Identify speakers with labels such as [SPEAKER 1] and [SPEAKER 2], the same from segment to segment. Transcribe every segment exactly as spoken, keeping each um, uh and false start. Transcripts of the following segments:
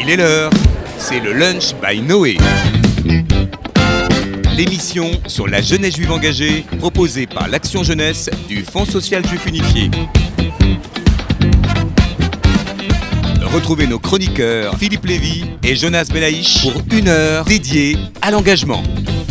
[SPEAKER 1] Il est l'heure, c'est le Lunch by Noé. L'émission sur la jeunesse juive engagée, proposée par l'Action Jeunesse du Fonds social juif unifié. Retrouvez nos chroniqueurs Philippe Lévy et Jonas Belaïch pour une heure dédiée à l'engagement.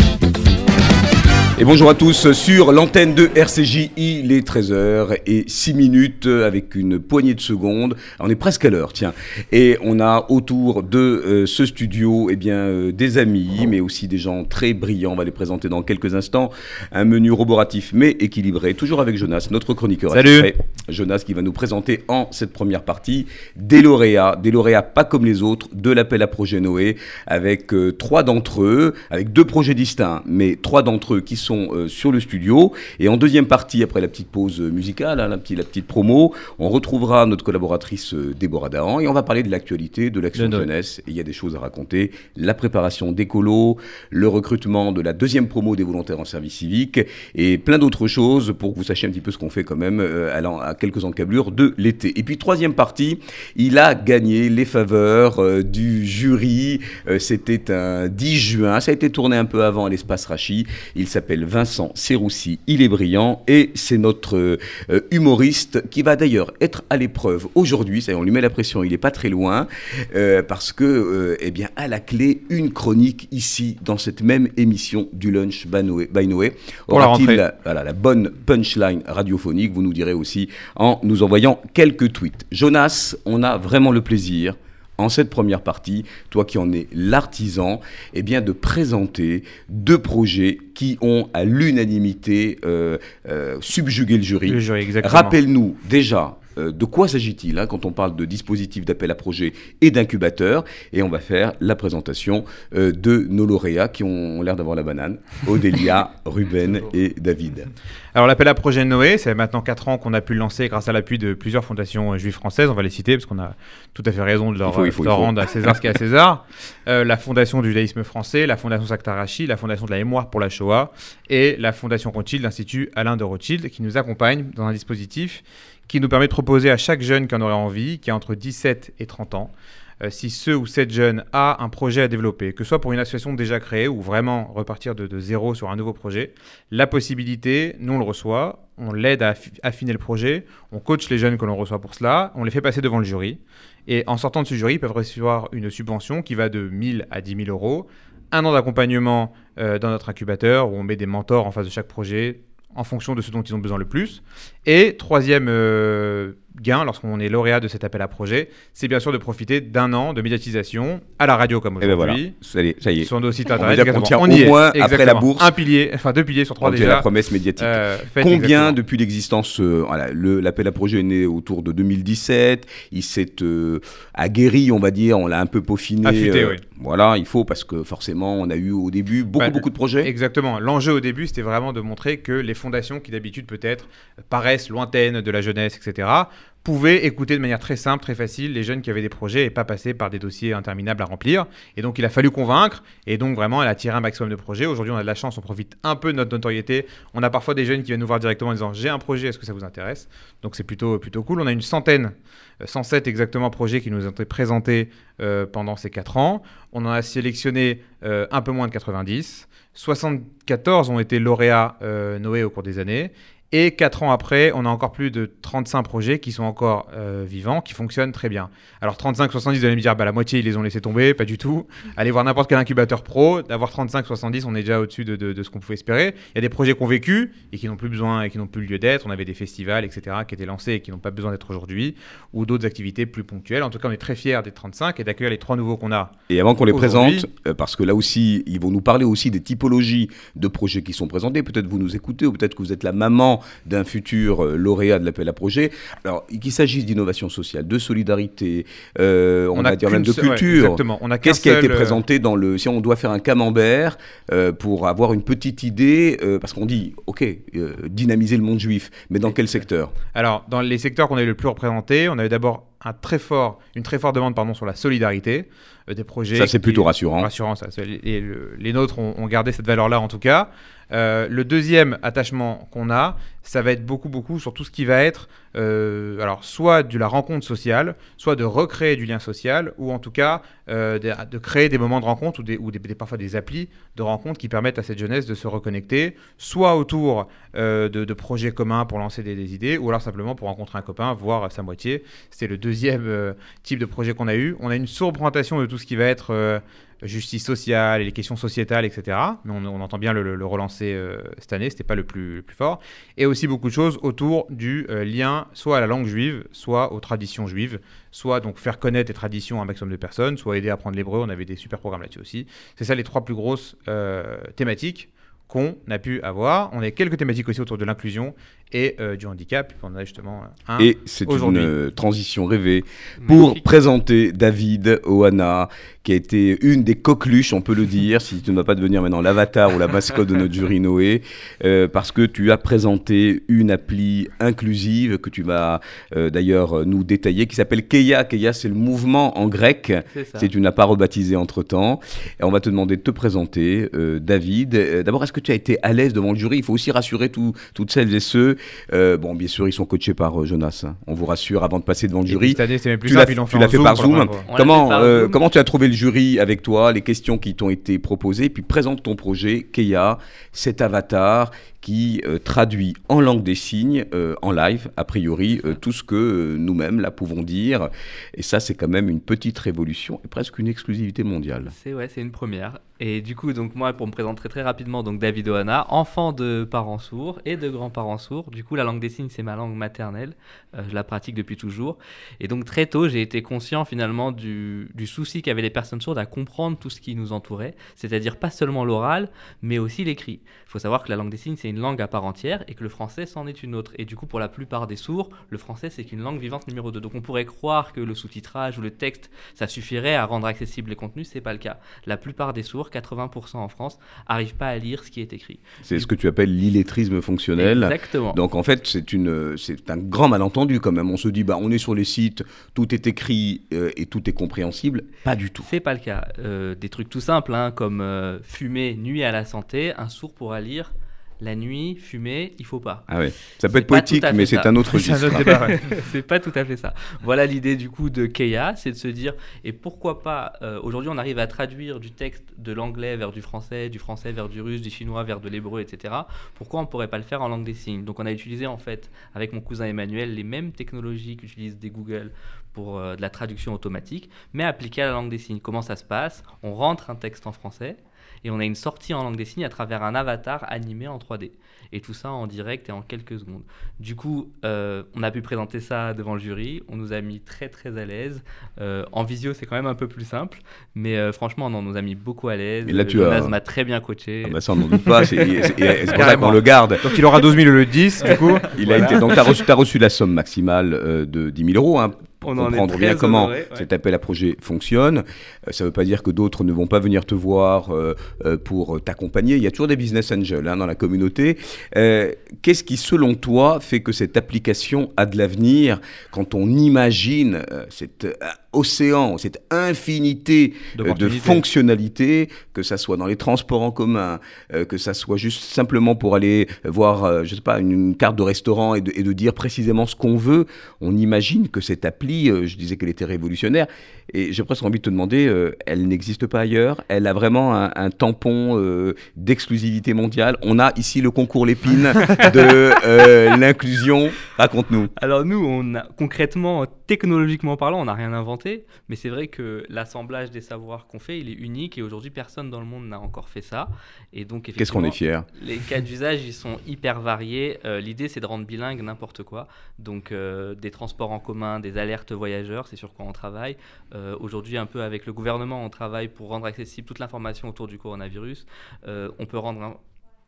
[SPEAKER 2] Et bonjour à tous sur l'antenne de R C J, il est treize heures et six minutes avec une poignée de secondes. On est presque à l'heure, tiens. Et on a autour de euh, ce studio eh bien, euh, des amis, mais aussi des gens très brillants. On va les présenter dans quelques instants. Un menu roboratif mais équilibré, toujours avec Jonas, notre chroniqueur.
[SPEAKER 3] Salut.
[SPEAKER 2] Jonas qui va nous présenter en cette première partie des lauréats, des lauréats pas comme les autres, de l'appel à projet Noé, avec euh, trois d'entre eux, avec deux projets distincts, mais trois d'entre eux qui sont Euh, sur le studio. Et en deuxième partie, après la petite pause musicale, hein, la, petite, la petite promo, on retrouvera notre collaboratrice euh, Déborah Dahan et on va parler de l'actualité, de l'Action de Jeunesse. Et il y a des choses à raconter, la préparation des colos, le recrutement de la deuxième promo des volontaires en service civique et plein d'autres choses pour que vous sachiez un petit peu ce qu'on fait quand même euh, à, à quelques encablures de l'été. Et puis troisième partie, il a gagné les faveurs euh, du jury. Euh, c'était un dix juin, ça a été tourné un peu avant à l'espace Rachi. Il s'appelle Vincent Serroussi, il est brillant et c'est notre euh, humoriste qui va d'ailleurs être à l'épreuve aujourd'hui. Ça y est, on lui met la pression, il n'est pas très loin euh, parce que, euh, eh bien, à la clé, une chronique ici dans cette même émission du Lunch by Noé. By Noé. Aura-t-il la, voilà, la bonne punchline radiophonique? Vous nous direz aussi en nous envoyant quelques tweets. Jonas, on a vraiment le plaisir en cette première partie, toi qui en es l'artisan, eh bien de présenter deux projets qui ont à l'unanimité euh, euh, subjugué le jury.
[SPEAKER 3] Le jury, exactement.
[SPEAKER 2] Rappelle-nous déjà euh, de quoi s'agit-il hein, quand on parle de dispositif d'appel à projet et d'incubateur, et on va faire la présentation euh, de nos lauréats qui ont l'air d'avoir la banane, Odélia, Ruben et David.
[SPEAKER 3] Alors l'appel à projet Noé, c'est maintenant quatre ans qu'on a pu le lancer grâce à l'appui de plusieurs fondations juives françaises, on va les citer parce qu'on a tout à fait raison de leur,
[SPEAKER 2] il faut, il faut,
[SPEAKER 3] de leur
[SPEAKER 2] il faut.
[SPEAKER 3] rendre à César ce qui est à César. Euh, la fondation du judaïsme français, la fondation Saktarachi, la fondation de la mémoire pour la Shoah et la fondation Rothschild, l'Institut Alain de Rothschild, qui nous accompagnent dans un dispositif qui nous permet de proposer à chaque jeune qui en aurait envie, qui a entre dix-sept et trente ans, Euh, si ce ou cette jeune a un projet à développer, que ce soit pour une association déjà créée ou vraiment repartir de, de zéro sur un nouveau projet, la possibilité, nous on le reçoit, on l'aide à affi- affiner le projet, on coach les jeunes que l'on reçoit pour cela, on les fait passer devant le jury, et en sortant de ce jury, ils peuvent recevoir une subvention qui va de mille à dix mille euros, un an d'accompagnement euh, dans notre incubateur où on met des mentors en face de chaque projet, en fonction de ce dont ils ont besoin le plus. Et troisième euh, gain, lorsqu'on est lauréat de cet appel à projet, c'est bien sûr de profiter d'un an de médiatisation à la radio comme aujourd'hui.
[SPEAKER 2] Et ben voilà, ça y est. Ça y est.
[SPEAKER 3] Sur nos sites
[SPEAKER 2] On
[SPEAKER 3] internet.
[SPEAKER 2] va dire qu'on tient
[SPEAKER 3] on
[SPEAKER 2] au
[SPEAKER 3] y
[SPEAKER 2] moins
[SPEAKER 3] est,
[SPEAKER 2] après la bourse.
[SPEAKER 3] Un pilier, enfin deux piliers sur trois
[SPEAKER 2] On
[SPEAKER 3] déjà.
[SPEAKER 2] la promesse médiatique.
[SPEAKER 3] Euh, faites,
[SPEAKER 2] Combien,
[SPEAKER 3] exactement.
[SPEAKER 2] depuis l'existence, euh, voilà, le, l'appel à projet est né autour de deux mille dix-sept, il s'est euh, aguerri, on va dire, on l'a un peu peaufiné.
[SPEAKER 3] Affûté,
[SPEAKER 2] euh,
[SPEAKER 3] oui.
[SPEAKER 2] Voilà, il faut, parce que forcément, on a eu au début beaucoup,
[SPEAKER 3] Bah,
[SPEAKER 2] beaucoup de projets.
[SPEAKER 3] Exactement. L'enjeu au début, c'était vraiment de montrer que les fondations qui d'habitude peut-être paraissent lointaines de la jeunesse, et cetera, pouvaient écouter de manière très simple, très facile les jeunes qui avaient des projets et pas passer par des dossiers interminables à remplir. Et donc, il a fallu convaincre et donc vraiment, elle a tiré un maximum de projets. Aujourd'hui, on a de la chance, on profite un peu de notre notoriété. On a parfois des jeunes qui viennent nous voir directement en disant « J'ai un projet, est-ce que ça vous intéresse ?» Donc, c'est plutôt, plutôt cool. On a une centaine, cent sept exactement projets qui nous ont été présentés euh, pendant ces quatre ans. On en a sélectionné euh, un peu moins de quatre-vingt-dix. soixante-quatorze ont été lauréats euh, Noé au cours des années. Et quatre ans après, on a encore plus de trente-cinq projets qui sont encore euh, vivants, qui fonctionnent très bien. Alors trente-cinq soixante-dix, vous allez me dire, bah, la moitié, ils les ont laissés tomber, pas du tout. Allez voir n'importe quel incubateur pro, d'avoir trente-cinq soixante-dix, on est déjà au-dessus de, de, de ce qu'on pouvait espérer. Il y a des projets qui ont vécu et qui n'ont plus besoin et qui n'ont plus lieu d'être. On avait des festivals, et cetera, qui étaient lancés et qui n'ont pas besoin d'être aujourd'hui, ou d'autres activités plus ponctuelles. En tout cas, on est très fiers des trente-cinq et d'accueillir les trois nouveaux qu'on a.
[SPEAKER 2] Et avant qu'on les
[SPEAKER 3] aujourd'hui.
[SPEAKER 2] présente, euh, parce que là aussi, ils vont nous parler aussi des typologies de projets qui sont présentés. Peut-être vous nous écoutez, ou peut-être que vous êtes la maman d'un futur euh, lauréat de l'appel à projet. Alors, qu'il s'agisse d'innovation sociale, de solidarité, euh, on, on va dire même de culture.
[SPEAKER 3] Ouais, exactement. On a
[SPEAKER 2] Qu'est-ce qui a
[SPEAKER 3] seul,
[SPEAKER 2] été présenté dans le... Si on doit faire un camembert euh, pour avoir une petite idée, euh, parce qu'on dit, OK, euh, dynamiser le monde juif, mais dans quel secteur ?
[SPEAKER 3] Alors, dans les secteurs qu'on a eu le plus représentés, on avait d'abord un très fort, une très forte demande pardon, sur la solidarité, euh, des projets...
[SPEAKER 2] Ça, c'est
[SPEAKER 3] qui,
[SPEAKER 2] plutôt rassurant.
[SPEAKER 3] rassurant ça, les, les, les nôtres ont, ont gardé cette valeur-là, en tout cas. Euh, le deuxième attachement qu'on a, ça va être beaucoup, beaucoup sur tout ce qui va être, euh, alors, soit de la rencontre sociale, soit de recréer du lien social, ou en tout cas, euh, de, de créer des moments de rencontre, ou, des, ou des, des, parfois des applis de rencontre qui permettent à cette jeunesse de se reconnecter, soit autour euh, de, de projets communs pour lancer des, des idées, ou alors simplement pour rencontrer un copain, voir sa moitié. C'était le deuxième euh, type de projet qu'on a eu. On a une surreprésentation de tout ce qui va être... Euh, justice sociale et les questions sociétales, et cetera. Mais on, on entend bien le, le, le relancer euh, cette année, c'était pas le plus, le plus fort. Et aussi beaucoup de choses autour du euh, lien soit à la langue juive, soit aux traditions juives, soit donc faire connaître les traditions à un maximum de personnes, soit aider à apprendre l'hébreu. On avait des super programmes là-dessus aussi. C'est ça les trois plus grosses euh, thématiques qu'on a pu avoir. On a quelques thématiques aussi autour de l'inclusion et euh, du handicap. On a justement un
[SPEAKER 2] Et c'est
[SPEAKER 3] aujourd'hui.
[SPEAKER 2] une euh, transition rêvée pour
[SPEAKER 4] Magnifique.
[SPEAKER 2] présenter David Ohana, qui a été une des coqueluches, on peut le dire, si tu ne vas pas devenir maintenant l'avatar ou la mascotte de notre jury Noé, euh, parce que tu as présenté une appli inclusive que tu vas euh, d'ailleurs nous détailler, qui s'appelle Keia. Keia, c'est le mouvement en grec,
[SPEAKER 4] C'est ça.
[SPEAKER 2] si tu n'as pas rebaptisé entre-temps. Et on va te demander de te présenter, euh, David. Euh, d'abord, est-ce que tu as été à l'aise devant le jury ? Il faut aussi rassurer tout, toutes celles et ceux. Euh, bon, bien sûr, ils sont coachés par euh, Jonas. Hein. On vous rassure avant de passer devant le
[SPEAKER 3] Et
[SPEAKER 2] jury.
[SPEAKER 3] cette année, c'est même plus
[SPEAKER 2] Tu l'as,
[SPEAKER 3] simple. Ils l'ont
[SPEAKER 2] tu
[SPEAKER 3] en
[SPEAKER 2] l'as fait
[SPEAKER 3] Zoom
[SPEAKER 2] par
[SPEAKER 3] pour la
[SPEAKER 2] Zoom.
[SPEAKER 3] première fois.
[SPEAKER 4] On l'a
[SPEAKER 2] Comment,
[SPEAKER 4] fait par
[SPEAKER 2] euh,
[SPEAKER 4] Zoom.
[SPEAKER 2] comment tu as trouvé le jury avec toi, les questions qui t'ont été proposées, puis présente ton projet, Keia, cet avatar qui euh, traduit en langue des signes, euh, en live, a priori, euh, tout ce que euh, nous-mêmes là pouvons dire. Et ça, c'est quand même une petite révolution et presque une exclusivité mondiale.
[SPEAKER 4] C'est ouais, c'est une première. Et du coup, donc moi, pour me présenter très, très rapidement, donc David Ohana, enfant de parents sourds et de grands-parents sourds. Du coup, la langue des signes, c'est ma langue maternelle. Euh, je la pratique depuis toujours. Et donc très tôt, j'ai été conscient finalement du, du souci qu'avaient les personnes sourdes à comprendre tout ce qui nous entourait, c'est-à-dire pas seulement l'oral, mais aussi l'écrit. Il faut savoir que la langue des signes, c'est une langue à part entière et que le français, c'en est une autre. Et du coup, pour la plupart des sourds, le français, c'est qu'une langue vivante numéro deux. Donc on pourrait croire que le sous-titrage ou le texte, ça suffirait à rendre accessibles les contenus. C'est pas le cas. La plupart des sourds, quatre-vingts pour cent en France, n'arrivent pas à lire ce qui est écrit.
[SPEAKER 2] C'est ce que tu appelles l'illettrisme fonctionnel.
[SPEAKER 4] Exactement.
[SPEAKER 2] Donc en fait, c'est, une, c'est un grand malentendu quand même. On se dit, bah, on est sur les sites, tout est écrit euh, et tout est compréhensible. Pas du tout.
[SPEAKER 4] C'est pas le cas. Euh, des trucs tout simples, hein, comme euh, fumer nuit à la santé, un sourd pourra lire la nuit, fumer, il faut pas.
[SPEAKER 2] Ah ouais. Ça peut
[SPEAKER 4] C'est
[SPEAKER 2] être
[SPEAKER 4] pas tout
[SPEAKER 2] poétique,
[SPEAKER 4] à fait
[SPEAKER 2] mais
[SPEAKER 4] ça.
[SPEAKER 2] c'est un autre
[SPEAKER 3] C'est un
[SPEAKER 2] registre.
[SPEAKER 3] autre débat. Ouais.
[SPEAKER 4] C'est pas tout à fait ça. Voilà l'idée du coup de Keia, c'est de se dire, et pourquoi pas, euh, aujourd'hui on arrive à traduire du texte de l'anglais vers du français, du français vers du russe, du chinois vers de l'hébreu, et cetera. Pourquoi on pourrait pas le faire en langue des signes ? Donc on a utilisé en fait, avec mon cousin Emmanuel, les mêmes technologies qu'utilisent des Google pour euh, de la traduction automatique, mais appliquées à la langue des signes. Comment ça se passe ? On rentre un texte en français, et on a une sortie en langue des signes à travers un avatar animé en trois D. Et tout ça en direct et en quelques secondes. Du coup, euh, on a pu présenter ça devant le jury. On nous a mis très très à l'aise. Euh, en visio, c'est quand même un peu plus simple. Mais euh, franchement, on nous a mis beaucoup à l'aise.
[SPEAKER 2] Et là, tu
[SPEAKER 4] Jonas
[SPEAKER 2] as-
[SPEAKER 4] m'a très bien coaché.
[SPEAKER 2] Ah bah ça, on n'en doute pas. C'est, c'est- c'est pour ça
[SPEAKER 3] Carrément.
[SPEAKER 2] qu'on le garde.
[SPEAKER 3] Donc il aura douze mille le dix, du coup.
[SPEAKER 2] Il
[SPEAKER 3] Voilà.
[SPEAKER 2] a été, donc, tu as reçu, t'as reçu la somme maximale euh, de dix mille euros. Hein, pour
[SPEAKER 4] On en est
[SPEAKER 2] comprendre
[SPEAKER 4] très
[SPEAKER 2] bien comment
[SPEAKER 4] honorés, ouais.
[SPEAKER 2] cet appel à projet fonctionne. Euh, ça ne veut pas dire que d'autres ne vont pas venir te voir euh, euh, pour t'accompagner. Il y a toujours des business angels hein, dans la communauté. Euh, qu'est-ce qui, selon toi, fait que cette application a de l'avenir quand on imagine euh, cet euh, océan, cette infinité euh, de
[SPEAKER 3] D'opportunités.
[SPEAKER 2] fonctionnalités, que ça soit dans les transports en commun, euh, que ça soit juste simplement pour aller voir, euh, je sais pas, une, une carte de restaurant et de, et de dire précisément ce qu'on veut. On imagine que cette appli, euh, je disais qu'elle était révolutionnaire, et j'ai presque envie de te demander, euh, elle n'existe pas ailleurs, elle a vraiment un, un tampon euh, d'exclusivité mondiale. On a ici le concours Lépine de euh, l'inclusion. Raconte-nous.
[SPEAKER 4] Alors nous, on a, concrètement, technologiquement parlant, on n'a rien inventé, mais c'est vrai que l'assemblage des savoirs qu'on fait, il est unique et aujourd'hui, personne dans le monde n'a encore fait ça. Et donc,
[SPEAKER 2] Qu'est-ce qu'on est
[SPEAKER 4] effectivement,
[SPEAKER 2] fiers.
[SPEAKER 4] les cas d'usage, ils sont hyper variés. Euh, l'idée, c'est de rendre bilingue n'importe quoi. Donc, euh, des transports en commun, des alertes voyageurs, c'est sur quoi on travaille. Euh, aujourd'hui, un peu avec le gouvernement, on travaille pour rendre accessible toute l'information autour du coronavirus. Euh, on peut rendre un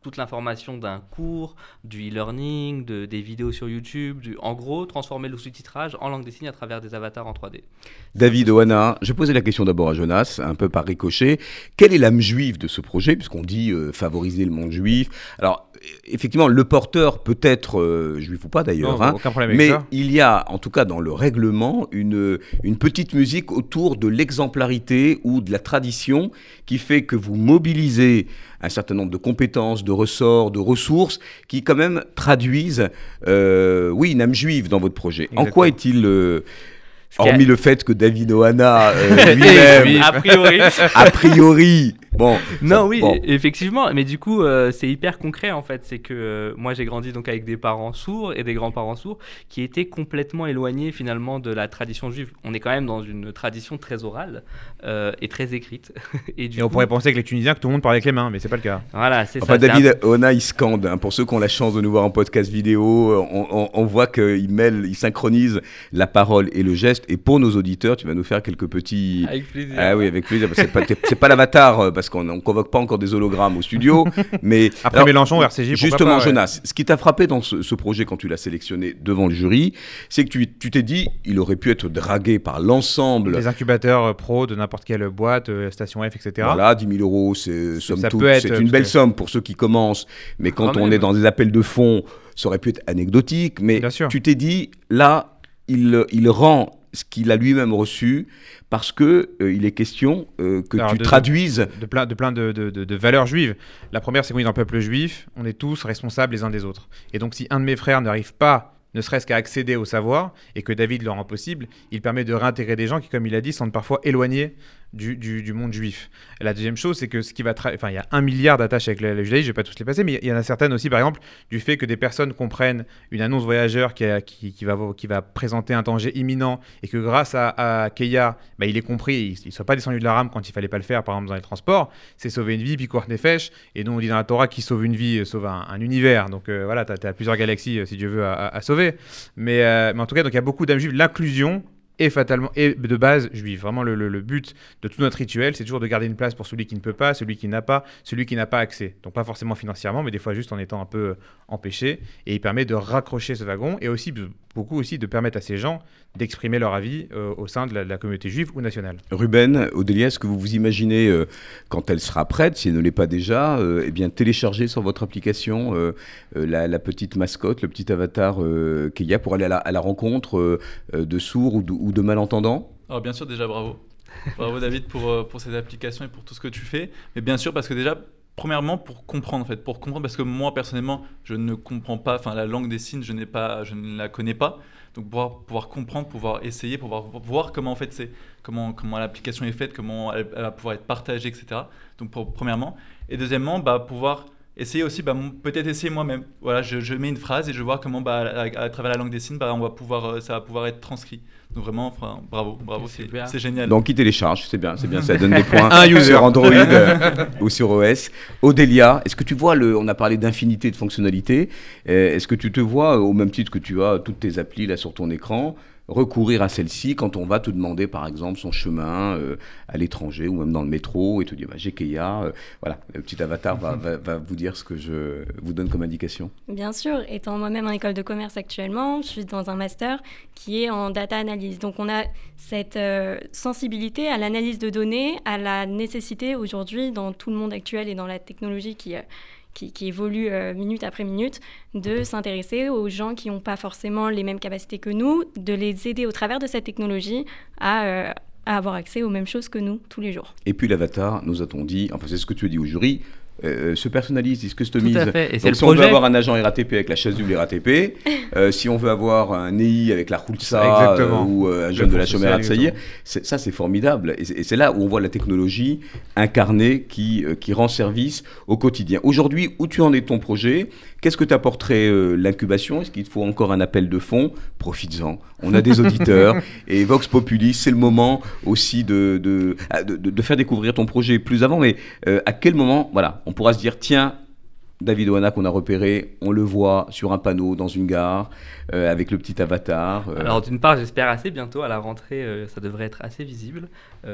[SPEAKER 4] toute l'information d'un cours, du e-learning, de, des vidéos sur YouTube, du, en gros, transformer le sous-titrage en langue des signes à travers des avatars en trois D.
[SPEAKER 2] David, Oana, je posais la question d'abord à Jonas, un peu par ricochet. Quelle est l'âme juive de ce projet, puisqu'on dit euh, favoriser le monde juif? Alors, effectivement, le porteur peut être euh, juif ou pas d'ailleurs,
[SPEAKER 3] non,
[SPEAKER 2] hein,
[SPEAKER 3] aucun problème avec
[SPEAKER 2] mais
[SPEAKER 3] ça.
[SPEAKER 2] il y a, en tout cas dans le règlement, une, une petite musique autour de l'exemplarité ou de la tradition qui fait que vous mobilisez un certain nombre de compétences, de ressorts, de ressources qui quand même traduisent, euh, oui, une âme juive dans votre projet.
[SPEAKER 3] Exactement.
[SPEAKER 2] En quoi est-il... Euh,
[SPEAKER 4] Ce qui
[SPEAKER 2] hormis
[SPEAKER 4] a-
[SPEAKER 2] le fait que David Oana euh, lui-même,
[SPEAKER 3] Oui.
[SPEAKER 4] A priori.
[SPEAKER 2] a priori, bon,
[SPEAKER 4] Non,
[SPEAKER 2] ça-
[SPEAKER 4] oui,
[SPEAKER 2] bon.
[SPEAKER 4] e- effectivement, mais du coup, euh, c'est hyper concret en fait. C'est que euh, moi, j'ai grandi donc avec des parents sourds et des grands-parents sourds qui étaient complètement éloignés finalement de la tradition juive. On est quand même dans une tradition très orale euh, et très écrite. et du
[SPEAKER 3] Et on
[SPEAKER 4] coup,
[SPEAKER 3] pourrait penser avec les Tunisiens que tout le monde parle avec les mains, mais c'est pas le cas.
[SPEAKER 4] voilà, c'est
[SPEAKER 2] Enfin,
[SPEAKER 4] ça. c'est un-
[SPEAKER 2] David Oana, il scande. Hein. Pour ceux qui ont la chance de nous voir en podcast vidéo, on, on- on voit qu'il mêle, il synchronise la parole et le geste. Et pour nos auditeurs, tu vas nous faire quelques petits...
[SPEAKER 4] Avec plaisir.
[SPEAKER 2] Ah oui, avec plaisir. C'est pas, c'est pas l'avatar, euh, parce qu'on ne convoque pas encore des hologrammes au studio. Mais
[SPEAKER 3] Après
[SPEAKER 2] alors,
[SPEAKER 3] Mélenchon, R C J, pourquoi
[SPEAKER 2] justement,
[SPEAKER 3] pas, ouais.
[SPEAKER 2] Jonas, ce qui t'a frappé dans ce, ce projet quand tu l'as sélectionné devant le jury, c'est que tu tu t'es dit, il aurait pu être dragué par l'ensemble.
[SPEAKER 3] Les incubateurs euh, pro de n'importe quelle boîte, euh, station F, et cetera.
[SPEAKER 2] Voilà, dix mille euros, c'est, somme
[SPEAKER 3] ça
[SPEAKER 2] toute,
[SPEAKER 3] peut être,
[SPEAKER 2] c'est
[SPEAKER 3] parce
[SPEAKER 2] une belle
[SPEAKER 3] que-
[SPEAKER 2] somme pour ceux qui commencent. Mais quand
[SPEAKER 4] Quand
[SPEAKER 2] on
[SPEAKER 4] même.
[SPEAKER 2] est dans des appels de fonds, ça aurait pu être anecdotique. Mais
[SPEAKER 3] Bien sûr.
[SPEAKER 2] tu t'es dit, là, il, il rend ce qu'il a lui-même reçu parce que euh, il est question euh, que
[SPEAKER 3] Alors,
[SPEAKER 2] tu
[SPEAKER 3] de-
[SPEAKER 2] traduises.
[SPEAKER 3] de plein, de, plein de, de, de- de valeurs juives. La première, c'est qu'on est dans le peuple juif, on est tous responsables les uns des autres. Et donc, si un de mes frères n'arrive pas, ne serait-ce qu'à accéder au savoir, et que David le rend possible, il permet de réintégrer des gens qui, comme il a dit, sont parfois éloignés du, du, du monde juif. Et la deuxième chose, c'est que ce qui va... Tra... Enfin, il y a un milliard d'attaches avec le, le judaïsme, je ne vais pas tous les passer, mais il y en a certaines aussi, par exemple, du fait que des personnes comprennent une annonce voyageur qui, a- qui, qui, va, qui va présenter un danger imminent, et que grâce à, à Keia, bah, il est compris, il ne soit pas descendu de la rame quand il fallait pas le faire, par exemple dans les transports, c'est sauver une vie, Pikuach Nefesh, et nous on dit dans la Torah qui sauve une vie, euh, sauve un, un univers, donc euh, voilà, tu as plusieurs galaxies, euh, si Dieu veut, à, à- à sauver. Mais, euh, mais en tout cas, donc il y a beaucoup d'âmes juives, l'inclusion est fatalement, et de base juive. Vraiment, le, le- le but de tout notre rituel, c'est toujours de garder une place pour celui qui ne peut pas, celui qui n'a pas, celui qui n'a pas accès. Donc pas forcément financièrement, mais des fois juste en étant un peu euh, empêché. Et il permet de raccrocher ce wagon, et aussi beaucoup aussi de permettre à ces gens d'exprimer leur avis euh, au sein de la, de la communauté juive ou nationale.
[SPEAKER 2] Ruben, Odélia, est-ce que vous vous imaginez, euh, quand elle sera prête, si elle ne l'est pas déjà, euh, eh bien, télécharger sur votre application euh, euh, la, la petite mascotte, le petit avatar euh, Keia pour aller à la, à la rencontre euh, euh, de sourds ou de, ou de malentendants?
[SPEAKER 5] Alors bien sûr, déjà bravo. Bravo David pour, euh, pour cette application et pour tout ce que tu fais. Mais bien sûr, parce que déjà, premièrement, pour comprendre en fait, pour comprendre, parce que moi personnellement, je ne comprends pas, enfin la langue des signes, je n'ai pas, je ne la connais pas. Donc pouvoir, pouvoir comprendre, pouvoir essayer, pouvoir voir comment en fait c'est, comment, comment l'application est faite, comment elle, elle va pouvoir être partagée, et cetera. Donc pour, premièrement. Et deuxièmement, bah, pouvoir essayer aussi, bah, mon- peut-être essayer moi-même. Voilà, je, je mets une phrase et je vois comment bah, à, à travers la langue des signes, bah, on va pouvoir, euh, ça va pouvoir être transcrit. Donc vraiment, enfin, bravo, bravo, c'est,
[SPEAKER 4] Super.
[SPEAKER 5] c'est génial.
[SPEAKER 2] Donc, qui télécharge, c'est bien, c'est bien, ça donne des points
[SPEAKER 3] Un user.
[SPEAKER 2] sur Android euh, ou sur O S. Odélia, est-ce que tu vois, le, on a parlé d'infinité de fonctionnalités, euh, est-ce que tu te vois, au même titre que tu as toutes tes applis là sur ton écran, recourir à celle-ci quand on va te demander, par exemple, son chemin euh, à l'étranger ou même dans le métro et te dire, bah, j'ai Keia, euh, voilà, le petit avatar va, va, va vous dire ce que je vous donne comme indication.
[SPEAKER 6] Bien sûr, étant moi-même en école de commerce actuellement, je suis dans un master qui est en data analyse. Donc on a cette euh, sensibilité à l'analyse de données, à la nécessité aujourd'hui dans tout le monde actuel et dans la technologie qui, euh, qui, qui évolue euh, minute après minute, de s'intéresser aux gens qui n'ont pas forcément les mêmes capacités que nous, de les aider au travers de cette technologie à... euh, à avoir accès aux mêmes choses que nous tous les jours.
[SPEAKER 2] Et puis l'avatar, nous a-t-on dit, enfin c'est ce que tu as dit au jury, euh, se personnalise, il se customise.
[SPEAKER 4] Tout à fait. Et c'est
[SPEAKER 2] Donc
[SPEAKER 4] le
[SPEAKER 2] si on veut
[SPEAKER 4] projet.
[SPEAKER 2] avoir un agent R A T P avec la chasuble R A T P, euh, si on veut avoir un E I avec la Khoulsa
[SPEAKER 3] Exactement.
[SPEAKER 2] euh, ou euh, un
[SPEAKER 3] Le
[SPEAKER 2] jeune de
[SPEAKER 3] fonds
[SPEAKER 2] la Chomera de
[SPEAKER 3] social,
[SPEAKER 2] Saïr, c'est, ça c'est formidable. Et c'est, et c'est là où on voit la technologie incarnée qui, euh, qui rend service au quotidien. Aujourd'hui, où tu en es de ton projet? Qu'est-ce que t'apporterait euh, l'incubation? Est-ce qu'il te faut encore un appel de fonds? Profites-en. On a des auditeurs. Et Vox Populi, c'est le moment aussi de, de, de, de- de faire découvrir ton projet plus avant. Mais euh, à quel moment, voilà, on pourra se dire, tiens, David Oana qu'on a repéré, on le voit sur un panneau dans une gare, euh, avec le petit avatar. euh.
[SPEAKER 4] Alors d'une part, j'espère assez bientôt à la rentrée, euh, ça devrait être assez visible. Euh,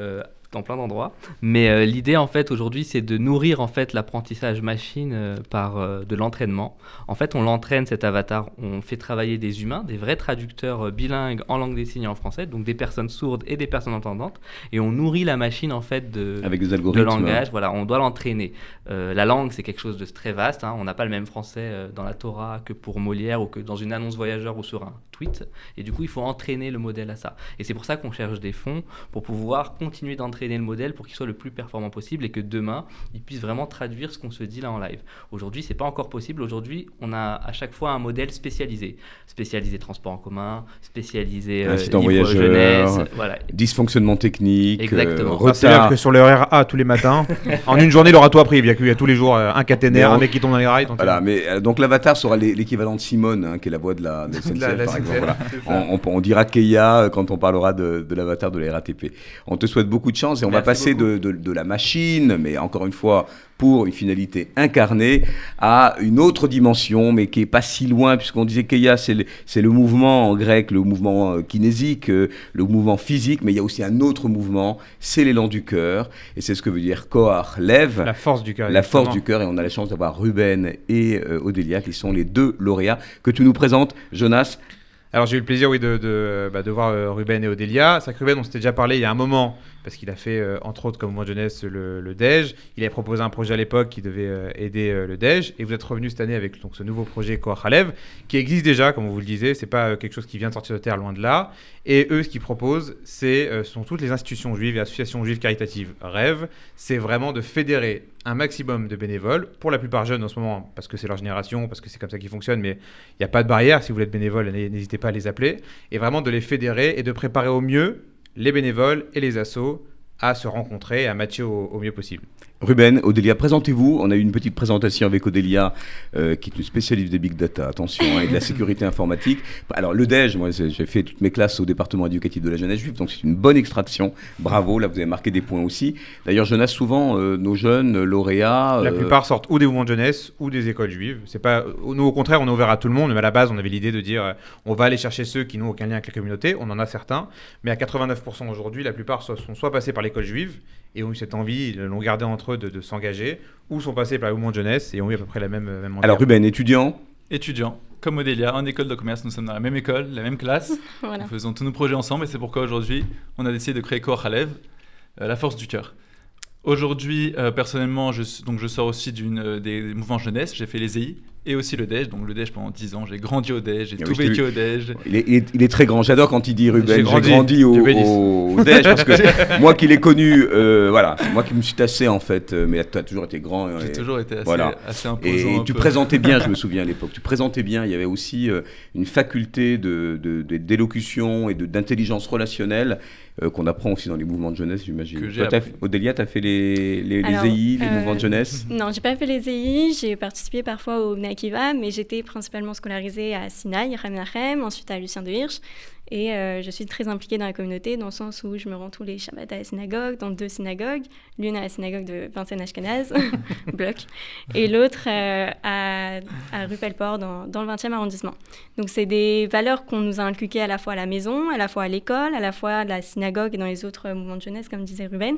[SPEAKER 4] dans plein d'endroits. Mais euh, l'idée, en fait, aujourd'hui, c'est de nourrir en fait l'apprentissage machine euh, par euh, de l'entraînement. En fait, on l'entraîne, cet avatar. On fait travailler des humains, des vrais traducteurs euh, bilingues en langue des signes et en français, donc des personnes sourdes et des personnes entendantes. Et on nourrit la machine, en fait, de,
[SPEAKER 2] Avec des
[SPEAKER 4] de
[SPEAKER 2] algorithmes.
[SPEAKER 4] langage. Voilà, on doit l'entraîner. Euh, la langue, c'est quelque chose de très vaste. Hein. On n'a pas le même français euh, dans la Torah que pour Molière ou que dans une annonce voyageur ou sur un tweet. Et du coup, il faut entraîner le modèle à ça. Et c'est pour ça qu'on cherche des fonds pour pouvoir continuer d'entraîner le modèle pour qu'il soit le plus performant possible et que demain, il puisse vraiment traduire ce qu'on se dit là en live. Aujourd'hui, c'est pas encore possible. Aujourd'hui, on a à chaque fois un modèle spécialisé. Spécialisé transport en commun, spécialisé euh,
[SPEAKER 2] Assistant
[SPEAKER 4] livre
[SPEAKER 2] voyageur,
[SPEAKER 4] jeunesse. Voilà.
[SPEAKER 2] Dysfonctionnement technique,
[SPEAKER 4] Exactement.
[SPEAKER 2] euh,
[SPEAKER 3] Ah, c'est-à-dire
[SPEAKER 2] retard.
[SPEAKER 3] que sur le R R A tous les matins, en une journée, il aura tout appris. Il y a, il y a tous les jours euh, un caténaire,
[SPEAKER 2] Mais on-
[SPEAKER 3] un mec qui tombe dans les rails. donc,
[SPEAKER 2] Voilà, mais euh, donc l'avatar sera l'é- l'équivalent de Simone, hein, qui est la voix de la, de la S N C F,
[SPEAKER 3] La- la
[SPEAKER 2] par
[SPEAKER 3] S N C F,
[SPEAKER 2] exemple. Voilà.
[SPEAKER 3] c'est ça.
[SPEAKER 2] On, on- on dira Keia euh, quand on parlera de, de l'avatar de la R A T P. On te souhaite beaucoup de chance et on va
[SPEAKER 4] Merci
[SPEAKER 2] passer de, de- de la machine, mais encore une fois, pour une finalité incarnée, à une autre dimension, mais qui est pas si loin, puisqu'on disait Keia, c'est le, c'est le mouvement en grec, le mouvement euh, kinésique, euh, le mouvement physique, mais il y a aussi un autre mouvement, c'est l'élan du cœur, et c'est ce que veut dire Koar, lève.
[SPEAKER 3] La force du cœur.
[SPEAKER 2] La force
[SPEAKER 3] exactement.
[SPEAKER 2] du cœur, et on a la chance d'avoir Ruben et euh, Odélia qui sont les deux lauréats que tu nous présentes. Jonas,
[SPEAKER 3] Alors j'ai eu le plaisir oui, de, de, bah, de voir euh, Ruben et Odélia. C'est vrai que Ruben, on s'était déjà parlé il y a un moment, parce qu'il a fait, euh, entre autres, comme mouvement de jeunesse, le, le D E J. Il avait proposé un projet à l'époque qui devait euh, aider euh, le D E J. Et vous êtes revenu cette année avec donc, ce nouveau projet Koach Halev, qui existe déjà, comme on vous le disait. C'est pas euh, quelque chose qui vient de sortir de terre, loin de là. Et eux, ce qu'ils proposent, c'est, euh, ce sont toutes les institutions juives et associations juives caritatives rêvent. C'est vraiment de fédérer un maximum de bénévoles, pour la plupart jeunes en ce moment, parce que c'est leur génération, parce que c'est comme ça qu'ils fonctionnent, mais il n'y a pas de barrière. Si vous voulez être bénévole, n'hésitez pas à les appeler. Et vraiment de les fédérer et de préparer au mieux les bénévoles et les assos à se rencontrer et à matcher au, au mieux possible.
[SPEAKER 2] Ruben, Odélia, présentez-vous. On a eu une petite présentation avec Odélia, euh, qui est une spécialiste des big data, attention, hein, et de la sécurité informatique. Alors le D E J, moi j'ai j'ai fait toutes mes classes au département éducatif de la jeunesse juive, donc c'est une bonne extraction. Bravo, là vous avez marqué des points aussi. D'ailleurs, Jonas, souvent euh, nos jeunes lauréats...
[SPEAKER 3] La
[SPEAKER 2] euh,
[SPEAKER 3] plupart sortent ou des mouvements de jeunesse ou des écoles juives. C'est pas, nous, au contraire, on est ouvert à tout le monde, mais à la base, on avait l'idée de dire euh, on va aller chercher ceux qui n'ont aucun lien avec la communauté. On en a certains, mais à quatre-vingt-neuf pour cent aujourd'hui, la plupart soit- sont soit passés par l'école juive et ont eu cette envie, ils l'ont gardé entre eux de, de s'engager, ou sont passés par le mouvement de jeunesse et ont eu à peu près la même, même envie.
[SPEAKER 2] Alors Ruben, étudiant,
[SPEAKER 5] Étudiant, comme Odélia, en école de commerce, nous sommes dans la même école, la même classe.
[SPEAKER 6] Voilà.
[SPEAKER 5] Nous faisons tous nos projets ensemble et c'est pourquoi aujourd'hui, on a décidé de créer Koach Halev, euh, la force du cœur. Aujourd'hui, euh, personnellement, je, donc je sors aussi d'une, euh, des mouvements jeunesse. J'ai fait les E I et aussi le D E J. Donc le D E J pendant dix ans, j'ai grandi au D E J, j'ai
[SPEAKER 2] Ah
[SPEAKER 5] tout
[SPEAKER 2] oui, je t'ai
[SPEAKER 5] vécu
[SPEAKER 2] vu.
[SPEAKER 5] au D E J.
[SPEAKER 2] il est, il est- il est très grand. J'adore quand il dit Ruben,
[SPEAKER 3] J'ai
[SPEAKER 2] j'ai
[SPEAKER 3] grandi,
[SPEAKER 2] grandi, au,
[SPEAKER 3] Dieu bénisse.
[SPEAKER 2] au, au D E J, parce que moi qui l'ai connu, euh, voilà, c'est moi qui me suis tassé en fait, euh, mais tu as toujours été grand.
[SPEAKER 5] J'ai
[SPEAKER 2] et-
[SPEAKER 5] toujours été assez,
[SPEAKER 2] voilà.
[SPEAKER 5] assez imposant.
[SPEAKER 2] Et
[SPEAKER 5] un
[SPEAKER 2] tu
[SPEAKER 5] peu.
[SPEAKER 2] présentais bien, je me souviens à l'époque, tu présentais bien, il y avait aussi euh, une faculté de, de- de- d'élocution et de, d'intelligence relationnelle euh, qu'on apprend aussi dans les mouvements de jeunesse, j'imagine.
[SPEAKER 5] Que j'ai
[SPEAKER 2] Toi, t'as-
[SPEAKER 5] appris.
[SPEAKER 2] Odélia, tu as fait les, les,
[SPEAKER 6] Alors,
[SPEAKER 2] les E I, les
[SPEAKER 6] euh,
[SPEAKER 2] mouvements de jeunesse
[SPEAKER 6] Non, j'ai pas fait les E I, j'ai participé parfois au Bnei Akiva, mais j'étais principalement scolarisée à Sinaï, Rem Lachem, ensuite à Lucien de Hirsch. Et euh, je suis très impliquée dans la communauté, dans le sens où je me rends tous les Shabbats à la synagogue, dans deux synagogues, l'une à la synagogue de Vincennes Ashkenaz, bloc, et l'autre euh, à, à rue Pelleport, dans, dans le vingtième arrondissement. Donc c'est des valeurs qu'on nous a inculquées à la fois à la maison, à la fois à l'école, à la fois à la synagogue et dans les autres mouvements de jeunesse, comme disait Ruben.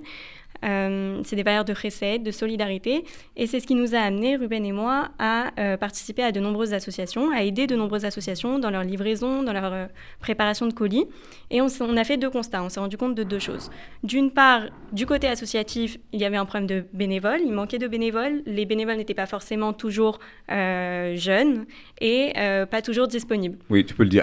[SPEAKER 6] Euh, c'est des valeurs de chesed, de solidarité, et c'est ce qui nous a amené, Ruben et moi, à euh, participer à de nombreuses associations, à aider de nombreuses associations dans leur livraison, dans leur euh, préparation de colis. Et on, s- on a fait deux constats, on s'est rendu compte de deux choses. D'une part, du côté associatif, il y avait un problème de bénévoles, il manquait de bénévoles, les bénévoles n'étaient pas forcément toujours euh, jeunes et euh, pas toujours disponibles.
[SPEAKER 2] Oui, tu peux le dire.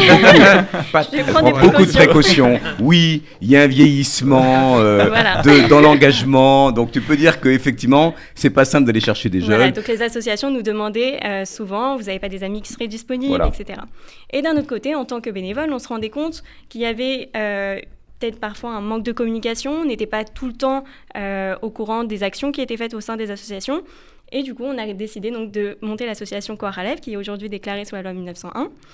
[SPEAKER 3] Pas-
[SPEAKER 6] Je vais prendre des
[SPEAKER 2] Beaucoup de
[SPEAKER 6] précautions.
[SPEAKER 2] précautions. Oui, il y a un vieillissement euh,
[SPEAKER 6] Voilà.
[SPEAKER 2] de, dans l'engagement. Donc tu peux dire qu'effectivement, c'est pas simple d'aller chercher des jeunes.
[SPEAKER 6] Voilà, donc les associations nous demandaient euh, souvent, vous n'avez pas des amis qui seraient disponibles,
[SPEAKER 2] Voilà.
[SPEAKER 6] et cetera. Et d'un autre côté, en tant que bénévole, on se rendait compte qu'il y avait euh, peut-être parfois un manque de communication, on n'était pas tout le temps euh, au courant des actions qui étaient faites au sein des associations. Et du coup, on a décidé donc de monter l'association Koach Halev, qui est aujourd'hui déclarée sous la loi mille neuf cent un.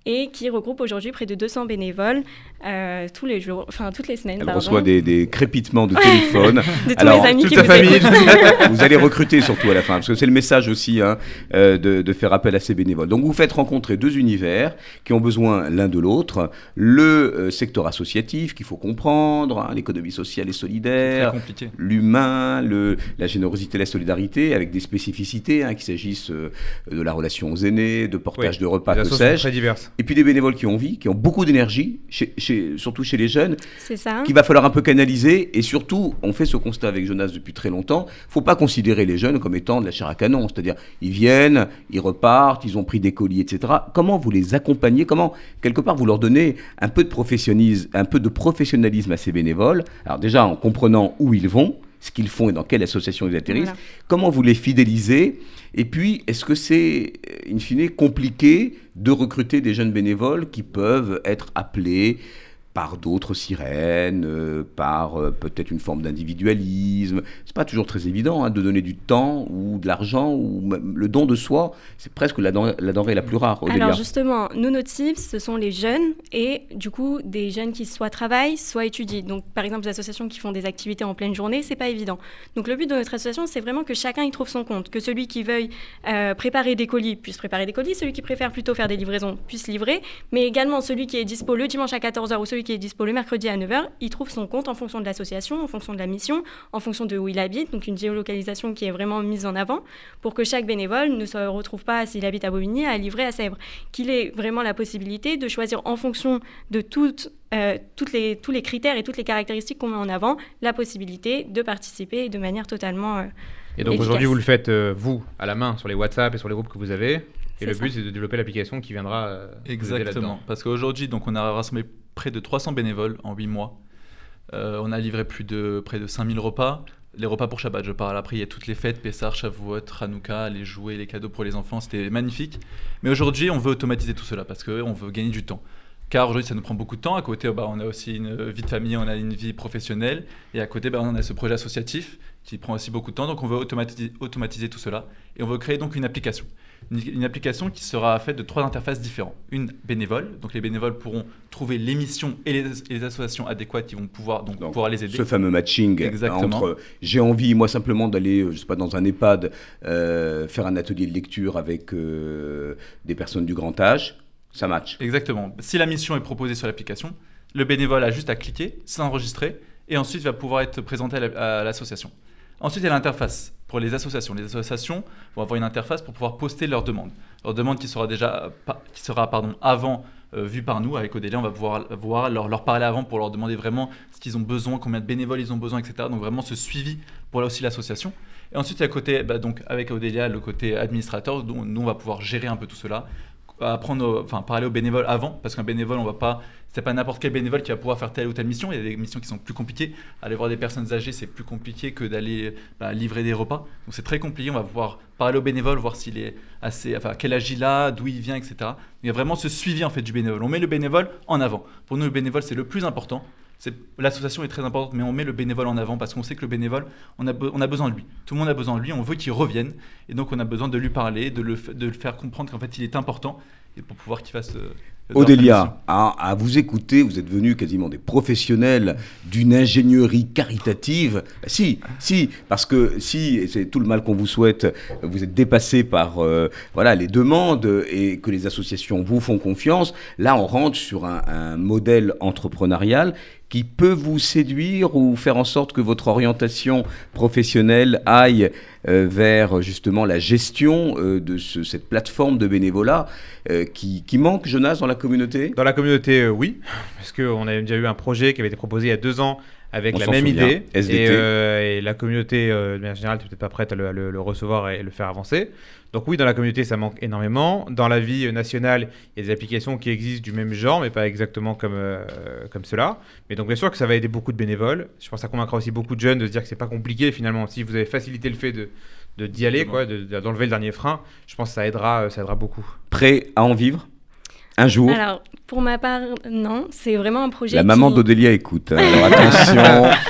[SPEAKER 6] et qui regroupe aujourd'hui près de deux cents bénévoles euh, tous les jours, enfin toutes les semaines.
[SPEAKER 2] Elle
[SPEAKER 6] pardon.
[SPEAKER 2] reçoit des, des crépitements de téléphone.
[SPEAKER 6] De tous
[SPEAKER 2] Alors,
[SPEAKER 6] les amis
[SPEAKER 3] toute
[SPEAKER 6] qui
[SPEAKER 3] sa
[SPEAKER 6] vous
[SPEAKER 3] famille.
[SPEAKER 6] écoutent.
[SPEAKER 2] vous allez recruter surtout à la fin, parce que c'est le message aussi hein, euh, de, de faire appel à ces bénévoles. Donc vous faites rencontrer deux univers qui ont besoin l'un de l'autre. Le euh, secteur associatif qu'il faut comprendre, hein, l'économie sociale et solidaire,
[SPEAKER 5] Très compliqué.
[SPEAKER 2] l'humain, le, la générosité, la solidarité, avec des spécificités, hein, qu'il s'agisse euh, de la relation aux aînés, de portage
[SPEAKER 3] Oui,
[SPEAKER 2] de repas,
[SPEAKER 3] les
[SPEAKER 2] que
[SPEAKER 3] assos sont
[SPEAKER 2] sais-je.
[SPEAKER 3] très diverses.
[SPEAKER 2] Et puis des bénévoles qui ont envie, qui ont beaucoup d'énergie, chez, chez, surtout chez les jeunes,
[SPEAKER 6] C'est ça.
[SPEAKER 2] qu'il va falloir un peu canaliser. Et surtout, on fait ce constat avec Jonas depuis très longtemps, il ne faut pas considérer les jeunes comme étant de la chair à canon. C'est-à-dire, ils viennent, ils repartent, ils ont pris des colis, et cetera. Comment vous les accompagnez? Comment, quelque part, vous leur donnez un peu de professionnalisme, un peu de professionnalisme à ces bénévoles? Alors déjà, en comprenant où ils vont, ce qu'ils font et dans quelle association ils atterrissent,
[SPEAKER 6] Voilà.
[SPEAKER 2] comment vous les fidélisez? Et puis, est-ce que c'est, in fine, compliqué de recruter des jeunes bénévoles qui peuvent être appelés par d'autres sirènes, euh, par euh, peut-être une forme d'individualisme? C'est pas toujours très évident hein, de donner du temps ou de l'argent ou même le don de soi. C'est presque la, den- la denrée la plus rare. Odélia.
[SPEAKER 6] Alors justement, nous, notre cible, ce sont les jeunes et du coup, des jeunes qui soit travaillent, soit étudient. Donc par exemple, les associations qui font des activités en pleine journée, c'est pas évident. Donc le but de notre association, c'est vraiment que chacun y trouve son compte, que celui qui veuille euh, préparer des colis puisse préparer des colis, celui qui préfère plutôt faire des livraisons puisse livrer, mais également celui qui est dispo le dimanche à quatorze heures ou celui qui est dispo le mercredi à neuf heures, il trouve son compte en fonction de l'association, en fonction de la mission, en fonction de où il habite, donc une géolocalisation qui est vraiment mise en avant pour que chaque bénévole ne se retrouve pas, s'il habite à Bobigny, à livrer à Sèvres, qu'il ait vraiment la possibilité de choisir en fonction de toutes, euh, toutes les, tous les critères et toutes les caractéristiques qu'on met en avant, la possibilité de participer de manière totalement euh,
[SPEAKER 3] Et donc
[SPEAKER 6] efficace.
[SPEAKER 3] aujourd'hui, vous le faites, euh, vous, à la main, sur les WhatsApp et sur les groupes que vous avez. Et
[SPEAKER 6] C'est
[SPEAKER 3] le
[SPEAKER 6] ça.
[SPEAKER 3] but, c'est de développer l'application qui viendra euh, vous aider là-dedans.
[SPEAKER 5] Exactement. Parce qu'aujourd'hui, donc, on a rassemblé près de trois cents bénévoles en huit mois. Euh, on a livré plus de, près de cinq mille repas. Les repas pour Shabbat, je parle. Après, il y a toutes les fêtes, Pessah, Shavuot, Hanouka, les jouets, les cadeaux pour les enfants. C'était magnifique. Mais aujourd'hui, on veut automatiser tout cela parce qu'on veut gagner du temps. Car aujourd'hui, ça nous prend beaucoup de temps. À côté, bah, on a aussi une vie de famille, on a une vie professionnelle. Et à côté, bah, on a ce projet associatif qui prend aussi beaucoup de temps. Donc, on veut automatiser, automatiser tout cela. Et on veut créer donc une application. Une, une application qui sera faite de trois interfaces différentes. Une bénévole. Donc, les bénévoles pourront trouver les missions et les, et les associations adéquates qui vont pouvoir, donc,
[SPEAKER 2] Donc,
[SPEAKER 5] pouvoir les aider.
[SPEAKER 2] Ce fameux matching
[SPEAKER 5] Exactement.
[SPEAKER 2] entre euh, j'ai envie, moi, simplement d'aller, euh, je sais pas, dans un EHPAD, euh, faire un atelier de lecture avec euh, des personnes du grand âge, ça match.
[SPEAKER 5] Exactement. Si la mission est proposée sur l'application, le bénévole a juste à cliquer, s'enregistrer et ensuite va pouvoir être présenté à la- à l'association. Ensuite, il y a l'interface pour les associations. Les associations vont avoir une interface pour pouvoir poster leurs demandes. Leur demande qui sera déjà euh, pa- qui sera pardon, avant euh, vue par nous. Avec Odélia, on va pouvoir, pouvoir leur, leur parler avant pour leur demander vraiment ce qu'ils ont besoin, combien de bénévoles ils ont besoin, et cetera. Donc vraiment ce suivi pour là aussi l'association. Et ensuite, il y a le côté, bah, donc, avec Odélia, le côté administrateur, dont nous, on va pouvoir gérer un peu tout cela. Apprendre, au- enfin parler aux bénévoles avant, parce qu'un bénévole, on va pas, c'est pas n'importe quel bénévole qui va pouvoir faire telle ou telle mission. Il y a des missions qui sont plus compliquées. Aller voir des personnes âgées, c'est plus compliqué que d'aller bah, livrer des repas. Donc c'est très compliqué. On va pouvoir parler au bénévole, voir s'il est assez, enfin quel âge il a, d'où il vient, et cetera. Il y a vraiment ce suivi en fait du bénévole. On met le bénévole en avant. Pour nous, le bénévole, c'est le plus important. C'est, l'association est très importante, mais on met le bénévole en avant parce qu'on sait que le bénévole, on a, be- on a besoin de lui. Tout le monde a besoin de lui, on veut qu'il revienne. Et donc, on a besoin de lui parler, de le, f- de le faire comprendre qu'en fait, il est important et pour pouvoir qu'il fasse. Euh, leur mission.
[SPEAKER 2] Odélia, à, à vous écouter, vous êtes venus quasiment des professionnels d'une ingénierie caritative. Bah, si, si, parce que si, et c'est tout le mal qu'on vous souhaite, vous êtes dépassé par euh, voilà, les demandes et que les associations vous font confiance. Là, on rentre sur un, un modèle entrepreneurial qui peut vous séduire ou faire en sorte que votre orientation professionnelle aille euh, vers justement la gestion euh, de ce- cette plateforme de bénévolat euh, qui, qui manque, Jonas, dans la communauté?
[SPEAKER 3] Dans la communauté, euh, oui, parce qu'on a déjà eu un projet qui avait été proposé il y a deux ans avec
[SPEAKER 2] On
[SPEAKER 3] la
[SPEAKER 2] s'en
[SPEAKER 3] même
[SPEAKER 2] souvient,
[SPEAKER 3] idée.
[SPEAKER 2] S D T.
[SPEAKER 3] Et, euh, et la communauté, euh, de manière générale, n'est peut-être pas prête à le, à le- le recevoir et le faire avancer. Donc oui, dans la communauté, ça manque énormément. Dans la vie euh, nationale, il y a des applications qui existent du même genre, mais pas exactement comme, euh, comme cela. Mais donc bien sûr que ça va aider beaucoup de bénévoles. Je pense que ça convaincra aussi beaucoup de jeunes de se dire que c'est pas compliqué finalement. Si vous avez facilité le fait de, de d'y aller, quoi, de, de- d'enlever le dernier frein, je pense que ça aidera, euh, ça aidera beaucoup.
[SPEAKER 2] Prêt à en vivre un jour?
[SPEAKER 6] Alors, pour ma part, non, c'est vraiment un projet
[SPEAKER 2] La
[SPEAKER 6] qui...
[SPEAKER 2] maman d'Odélia écoute. hein. Alors attention,
[SPEAKER 3] C'est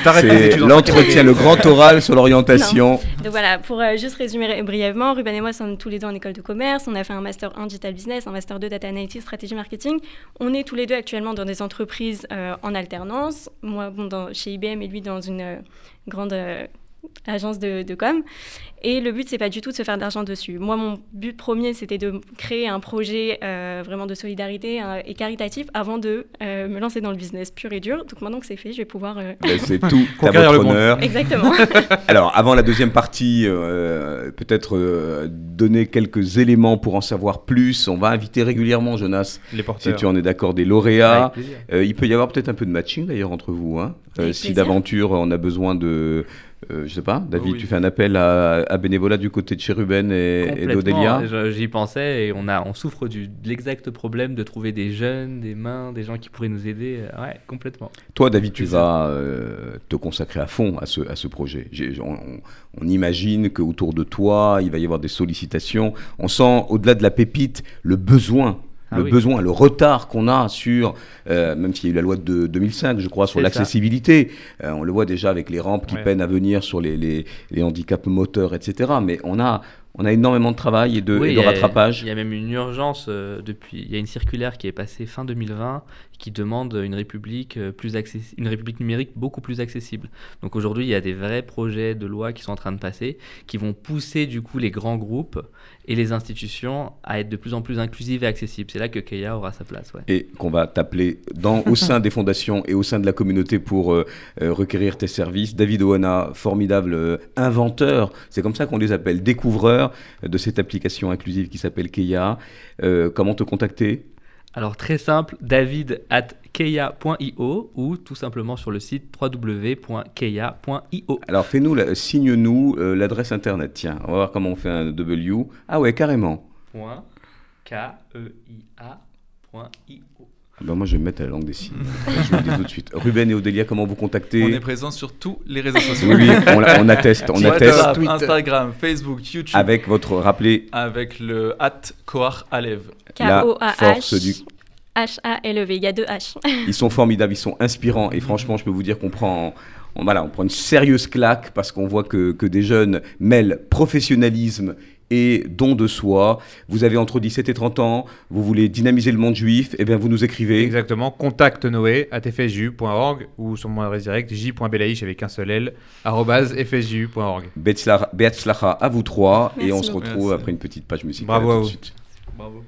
[SPEAKER 3] T'arrêtes tes
[SPEAKER 2] C'est
[SPEAKER 3] études en
[SPEAKER 2] l'entretien, le grand oral sur l'orientation.
[SPEAKER 6] Donc voilà, pour euh, juste résumer brièvement, Ruben et moi sommes tous les deux en école de commerce. On a fait un master un digital business, un master deux data analytics, stratégie marketing. On est tous les deux actuellement dans des entreprises euh, en alternance. Moi, bon, dans, chez I B M et lui dans une euh, grande euh, agence de, de com. Et le but, c'est pas du tout de se faire d'argent dessus. Moi, mon but premier, c'était de créer un projet euh, vraiment de solidarité euh, et caritatif avant de euh, me lancer dans le business pur et dur. Donc maintenant que c'est fait, je vais pouvoir... Euh...
[SPEAKER 2] Ben, c'est tout à
[SPEAKER 3] Conquérir
[SPEAKER 2] votre
[SPEAKER 3] le monde.
[SPEAKER 2] honneur.
[SPEAKER 6] Exactement.
[SPEAKER 2] Alors, avant la deuxième partie, euh, peut-être euh, donner quelques éléments pour en savoir plus. On va inviter régulièrement, Jonas,
[SPEAKER 3] Les
[SPEAKER 2] si
[SPEAKER 3] porteurs.
[SPEAKER 2] tu en es d'accord, des lauréats.
[SPEAKER 4] Avec plaisir.
[SPEAKER 2] Euh, il peut y avoir peut-être un peu de matching d'ailleurs entre vous. Hein. Euh,
[SPEAKER 6] Avec
[SPEAKER 2] si
[SPEAKER 6] plaisir.
[SPEAKER 2] d'aventure on a besoin de... Euh, je sais pas, David,
[SPEAKER 5] Oui.
[SPEAKER 2] tu fais un appel à, à bénévolat du côté de chez Ruben et, et d'Odélia.
[SPEAKER 4] Complètement, je- j'y pensais et on, a, on souffre du, de l'exact problème de trouver des jeunes, des mains, des gens qui pourraient nous aider. Euh, Ouais, complètement.
[SPEAKER 2] Toi, David, tu
[SPEAKER 4] C'est ça.
[SPEAKER 2] vas euh, te consacrer à fond à ce, à ce projet. J'ai- on, on- on imagine qu'autour de toi, il va y avoir des sollicitations. On sent, au-delà de la pépite, le besoin.
[SPEAKER 4] Ah
[SPEAKER 2] le
[SPEAKER 4] oui.
[SPEAKER 2] besoin, le retard qu'on a sur, euh, même s'il y a eu la loi de deux mille cinq, je crois, sur
[SPEAKER 4] C'est
[SPEAKER 2] l'accessibilité. Euh, on le voit déjà avec les rampes qui
[SPEAKER 3] Ouais.
[SPEAKER 2] peinent à venir sur les, les, les handicaps moteurs, et cetera. Mais on a, on a énormément de travail et de,
[SPEAKER 4] Oui,
[SPEAKER 2] et
[SPEAKER 4] il
[SPEAKER 2] de
[SPEAKER 4] y a-
[SPEAKER 2] rattrapage.
[SPEAKER 4] Il y a même une urgence euh, depuis. Il y a une circulaire qui est passée fin deux mille vingt qui demande une république euh, plus accessi- une république numérique beaucoup plus accessible. Donc aujourd'hui, il y a des vrais projets de loi qui sont en train de passer, qui vont pousser du coup les grands groupes et les institutions à être de plus en plus inclusives et accessibles. C'est là que Keia aura sa place. Ouais.
[SPEAKER 2] Et qu'on va t'appeler dans, au sein des fondations et au sein de la communauté pour euh, euh, requérir tes services. David Oana, formidable euh, inventeur, c'est comme ça qu'on les appelle, découvreurs euh, de cette application inclusive qui s'appelle Keia. Euh, comment te contacter ?
[SPEAKER 4] Alors très simple, david at keia point io ou tout simplement sur le site w w w point keia point io.
[SPEAKER 2] Alors fais-nous, la- signe-nous euh, l'adresse internet. Tiens, on va voir comment on fait un W. Ah ouais, carrément.
[SPEAKER 4] Point K E I A point I O.
[SPEAKER 2] Ah ben moi je vais me mettre à la langue des signes. Je vous le dis tout de suite. Ruben et Odélia, comment vous contacter ?
[SPEAKER 5] On est présent sur tous les réseaux sociaux.
[SPEAKER 2] Oui, oui, on, la- on atteste, on atteste
[SPEAKER 5] WhatsApp,
[SPEAKER 3] Twitter.
[SPEAKER 5] Instagram, Facebook, YouTube,
[SPEAKER 2] avec votre, rappelez,
[SPEAKER 5] avec le at Kohar Alev.
[SPEAKER 2] la
[SPEAKER 6] K-O-A-H.
[SPEAKER 2] force du...
[SPEAKER 6] H-A-L-E-V. Il y a deux H.
[SPEAKER 2] Ils sont formidables, ils sont inspirants et franchement, je peux vous dire qu'on prend, on, voilà, on prend une sérieuse claque parce qu'on voit que, que des jeunes mêlent professionnalisme et don de soi. Vous avez entre dix-sept et trente ans, vous voulez dynamiser le monde juif, et bien vous nous écrivez.
[SPEAKER 3] Exactement, contacte noé arobase f s j u point org ou sur mon adresse directe j point belaïch avec un seul L arobase f s j u point org.
[SPEAKER 2] Betzla- Beatzlacha à vous trois et
[SPEAKER 6] Merci
[SPEAKER 2] on se
[SPEAKER 6] beaucoup.
[SPEAKER 2] retrouve
[SPEAKER 5] Merci.
[SPEAKER 2] après une petite page musicale.
[SPEAKER 3] Bravo à
[SPEAKER 2] tout de
[SPEAKER 3] vous.
[SPEAKER 2] suite.
[SPEAKER 5] Bravo.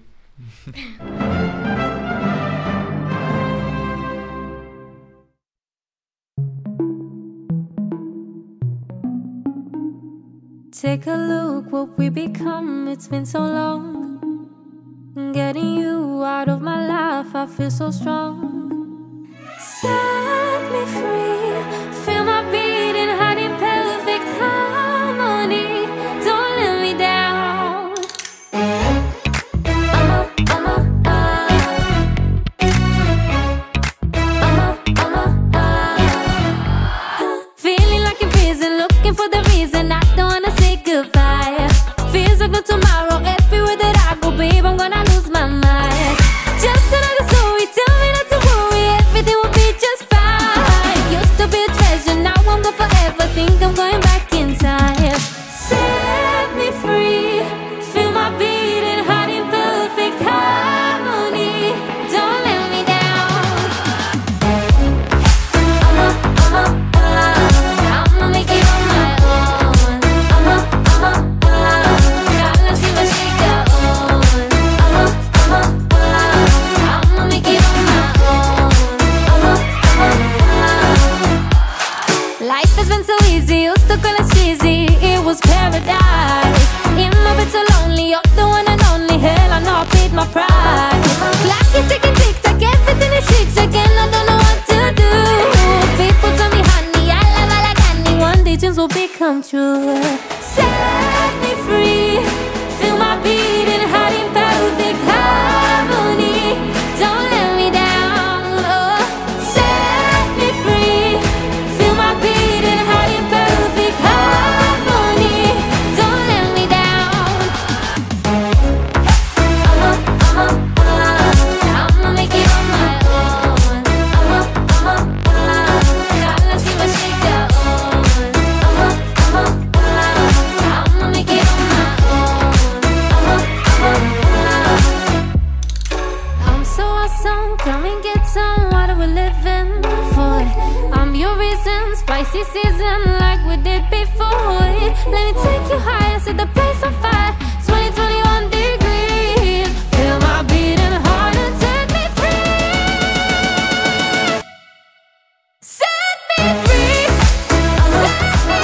[SPEAKER 7] Take a look what we become, it's been so long. Getting you out of my life, I feel so strong. Set me free, feel my beating heart in perfect harmony. Don't let me down. I'm a, I'm a, I'm a, I'm a, I'm feeling like a prison, looking for the reason I don't wanna say goodbye. Feels like no tomorrow, everywhere that I go, babe, I'm gonna lose my mind. Just another story, tell me not to worry, everything will be just fine. Used to be a treasure, now I'm gone forever, think I'm going back in time. Set me free, feel my beating heart in perfect harmony. Don't let me down. I'ma, I'ma, uh, I'ma make it on my own. I'ma, I'ma, uh, gotta see what she got on. I'ma, I'ma, uh, I'ma make it on my own. I'ma, I'ma, uh, life has been so easy, used to call us cheesy. It was paradise. In my bed so lonely, you're the one and only. Hell, I know I paid my price. Clock is ticking, tick tock, everything is shit again. I don't know what to do. People tell me, honey, I love I like honey. One day dreams will become true. Set me free, feel my beating heart in perfect harmony. Don't let me down. Oh, set me free, feel my beating heart in perfect harmony. Don't let me down. I'ma, I'ma, uh, I'ma make it on my own. I'ma, I'ma, uh, gotta see what she got some, come and get some. What are we living for? I'm your reason, spicy season, like we did before. Let me take you higher, set the place on fire. twenty, twenty-one degrees. Feel my beating heart and set me free. Set me free. Set me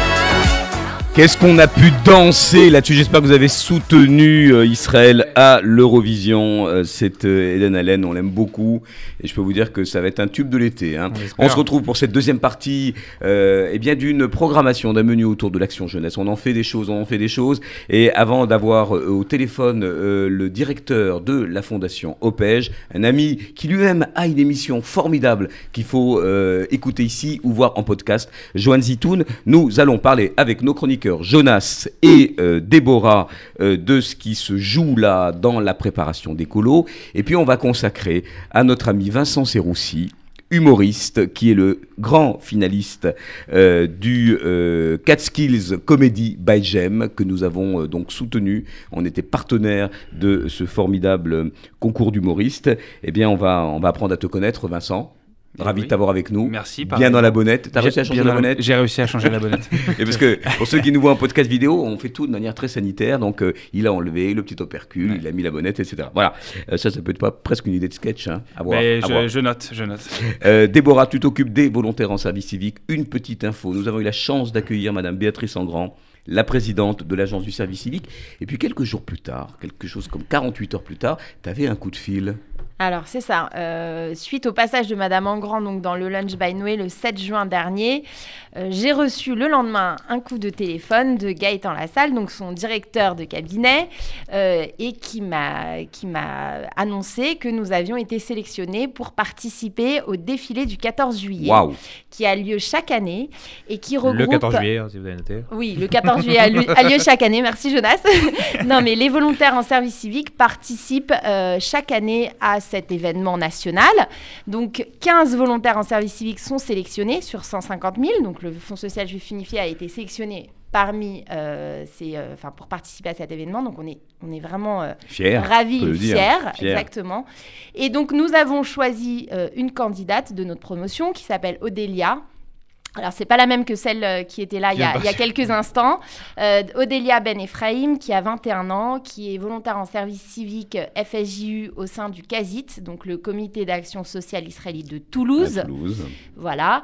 [SPEAKER 7] free.
[SPEAKER 2] Qu'est-ce qu'on a pu danser là-dessus? J'espère que vous avez soutenu euh, Israël à l'Eurovision. Euh, c'est euh, Eden Allen, on l'aime beaucoup. Et je peux vous dire que ça va être un tube de l'été. Hein. On, on se retrouve pour cette deuxième partie euh, eh bien, d'une programmation, d'un menu autour de l'Action Jeunesse. On en fait des choses, on en fait des choses. Et avant d'avoir euh, au téléphone euh, le directeur de la Fondation Opège, un ami qui lui-même a une émission formidable qu'il faut euh, écouter ici ou voir en podcast, Johan Zitoun, nous allons parler avec nos chroniqueurs Jonas et euh, Déborah euh, de ce qui se joue là dans la préparation des colos. Et puis on va consacrer à notre ami Vincent Serroussi, humoriste, qui est le grand finaliste euh, du euh, Catskills Comedy by Jem, que nous avons euh, donc soutenu. On était partenaire de ce formidable concours d'humoristes. Eh bien, on va, on va apprendre à te connaître, Vincent. Ravi
[SPEAKER 8] oui.
[SPEAKER 2] de t'avoir avec nous.
[SPEAKER 8] Merci.
[SPEAKER 2] Bien
[SPEAKER 8] pareil.
[SPEAKER 2] dans la bonnette. T'as
[SPEAKER 8] J'ai-
[SPEAKER 2] réussi à changer
[SPEAKER 8] bien
[SPEAKER 2] la
[SPEAKER 8] dans
[SPEAKER 2] bonnette?
[SPEAKER 8] J'ai réussi à changer la bonnette.
[SPEAKER 2] Et parce que pour ceux qui nous voient en podcast vidéo, on fait tout de manière très sanitaire. Donc euh, il a enlevé le petit opercule,
[SPEAKER 8] Ouais.
[SPEAKER 2] il a mis la bonnette, et cetera. Voilà. Euh, ça, ça peut être pas presque une idée de sketch. Hein, à voir,
[SPEAKER 8] Mais
[SPEAKER 2] à voir.
[SPEAKER 8] je, je note, je note.
[SPEAKER 2] Euh, Déborah, tu t'occupes des volontaires en service civique. Une petite info. Nous avons eu la chance d'accueillir Madame Béatrice Engrand, la présidente de l'agence du service civique. Et puis quelques jours plus tard, quelque chose comme quarante-huit heures plus tard, tu avais un coup de fil.
[SPEAKER 9] Alors, c'est ça. Euh, suite au passage de Madame Engrand donc, dans le Lunch by Noé le sept juin dernier, euh, j'ai reçu le lendemain un coup de téléphone de Gaëtan Lassalle, donc son directeur de cabinet, euh, et qui m'a, qui m'a annoncé que nous avions été sélectionnés pour participer au défilé du quatorze juillet,
[SPEAKER 2] Waouh!
[SPEAKER 9] qui a lieu chaque année et qui regroupe...
[SPEAKER 3] Le quatorze juillet, hein, si vous avez noté.
[SPEAKER 9] Oui, le quatorze juillet a, lieu- a lieu chaque année. Merci Jonas. Non, mais les volontaires en service civique participent euh, chaque année à cet événement national. Donc, quinze volontaires en service civique sont sélectionnés sur cent cinquante mille. Donc, le Fonds social juif unifié a été sélectionné parmi euh, ces, euh, enfin, pour participer à cet événement. Donc, on est, on est vraiment euh,
[SPEAKER 2] Fier.
[SPEAKER 9] ravis
[SPEAKER 2] on peut
[SPEAKER 9] et
[SPEAKER 2] le dire.
[SPEAKER 9] fiers.
[SPEAKER 2] Fier.
[SPEAKER 9] Exactement. Et donc, nous avons choisi euh, une candidate de notre promotion qui s'appelle Odélia. Alors, c'est pas la même que celle euh, qui était là il y a, il y a quelques instants. Euh, Odélia Ben Ephraim, qui a vingt et un ans, qui est volontaire en service civique euh, F S J U au sein du CASIT, donc le Comité d'action sociale israélite de Toulouse.
[SPEAKER 2] À Toulouse.
[SPEAKER 9] Voilà.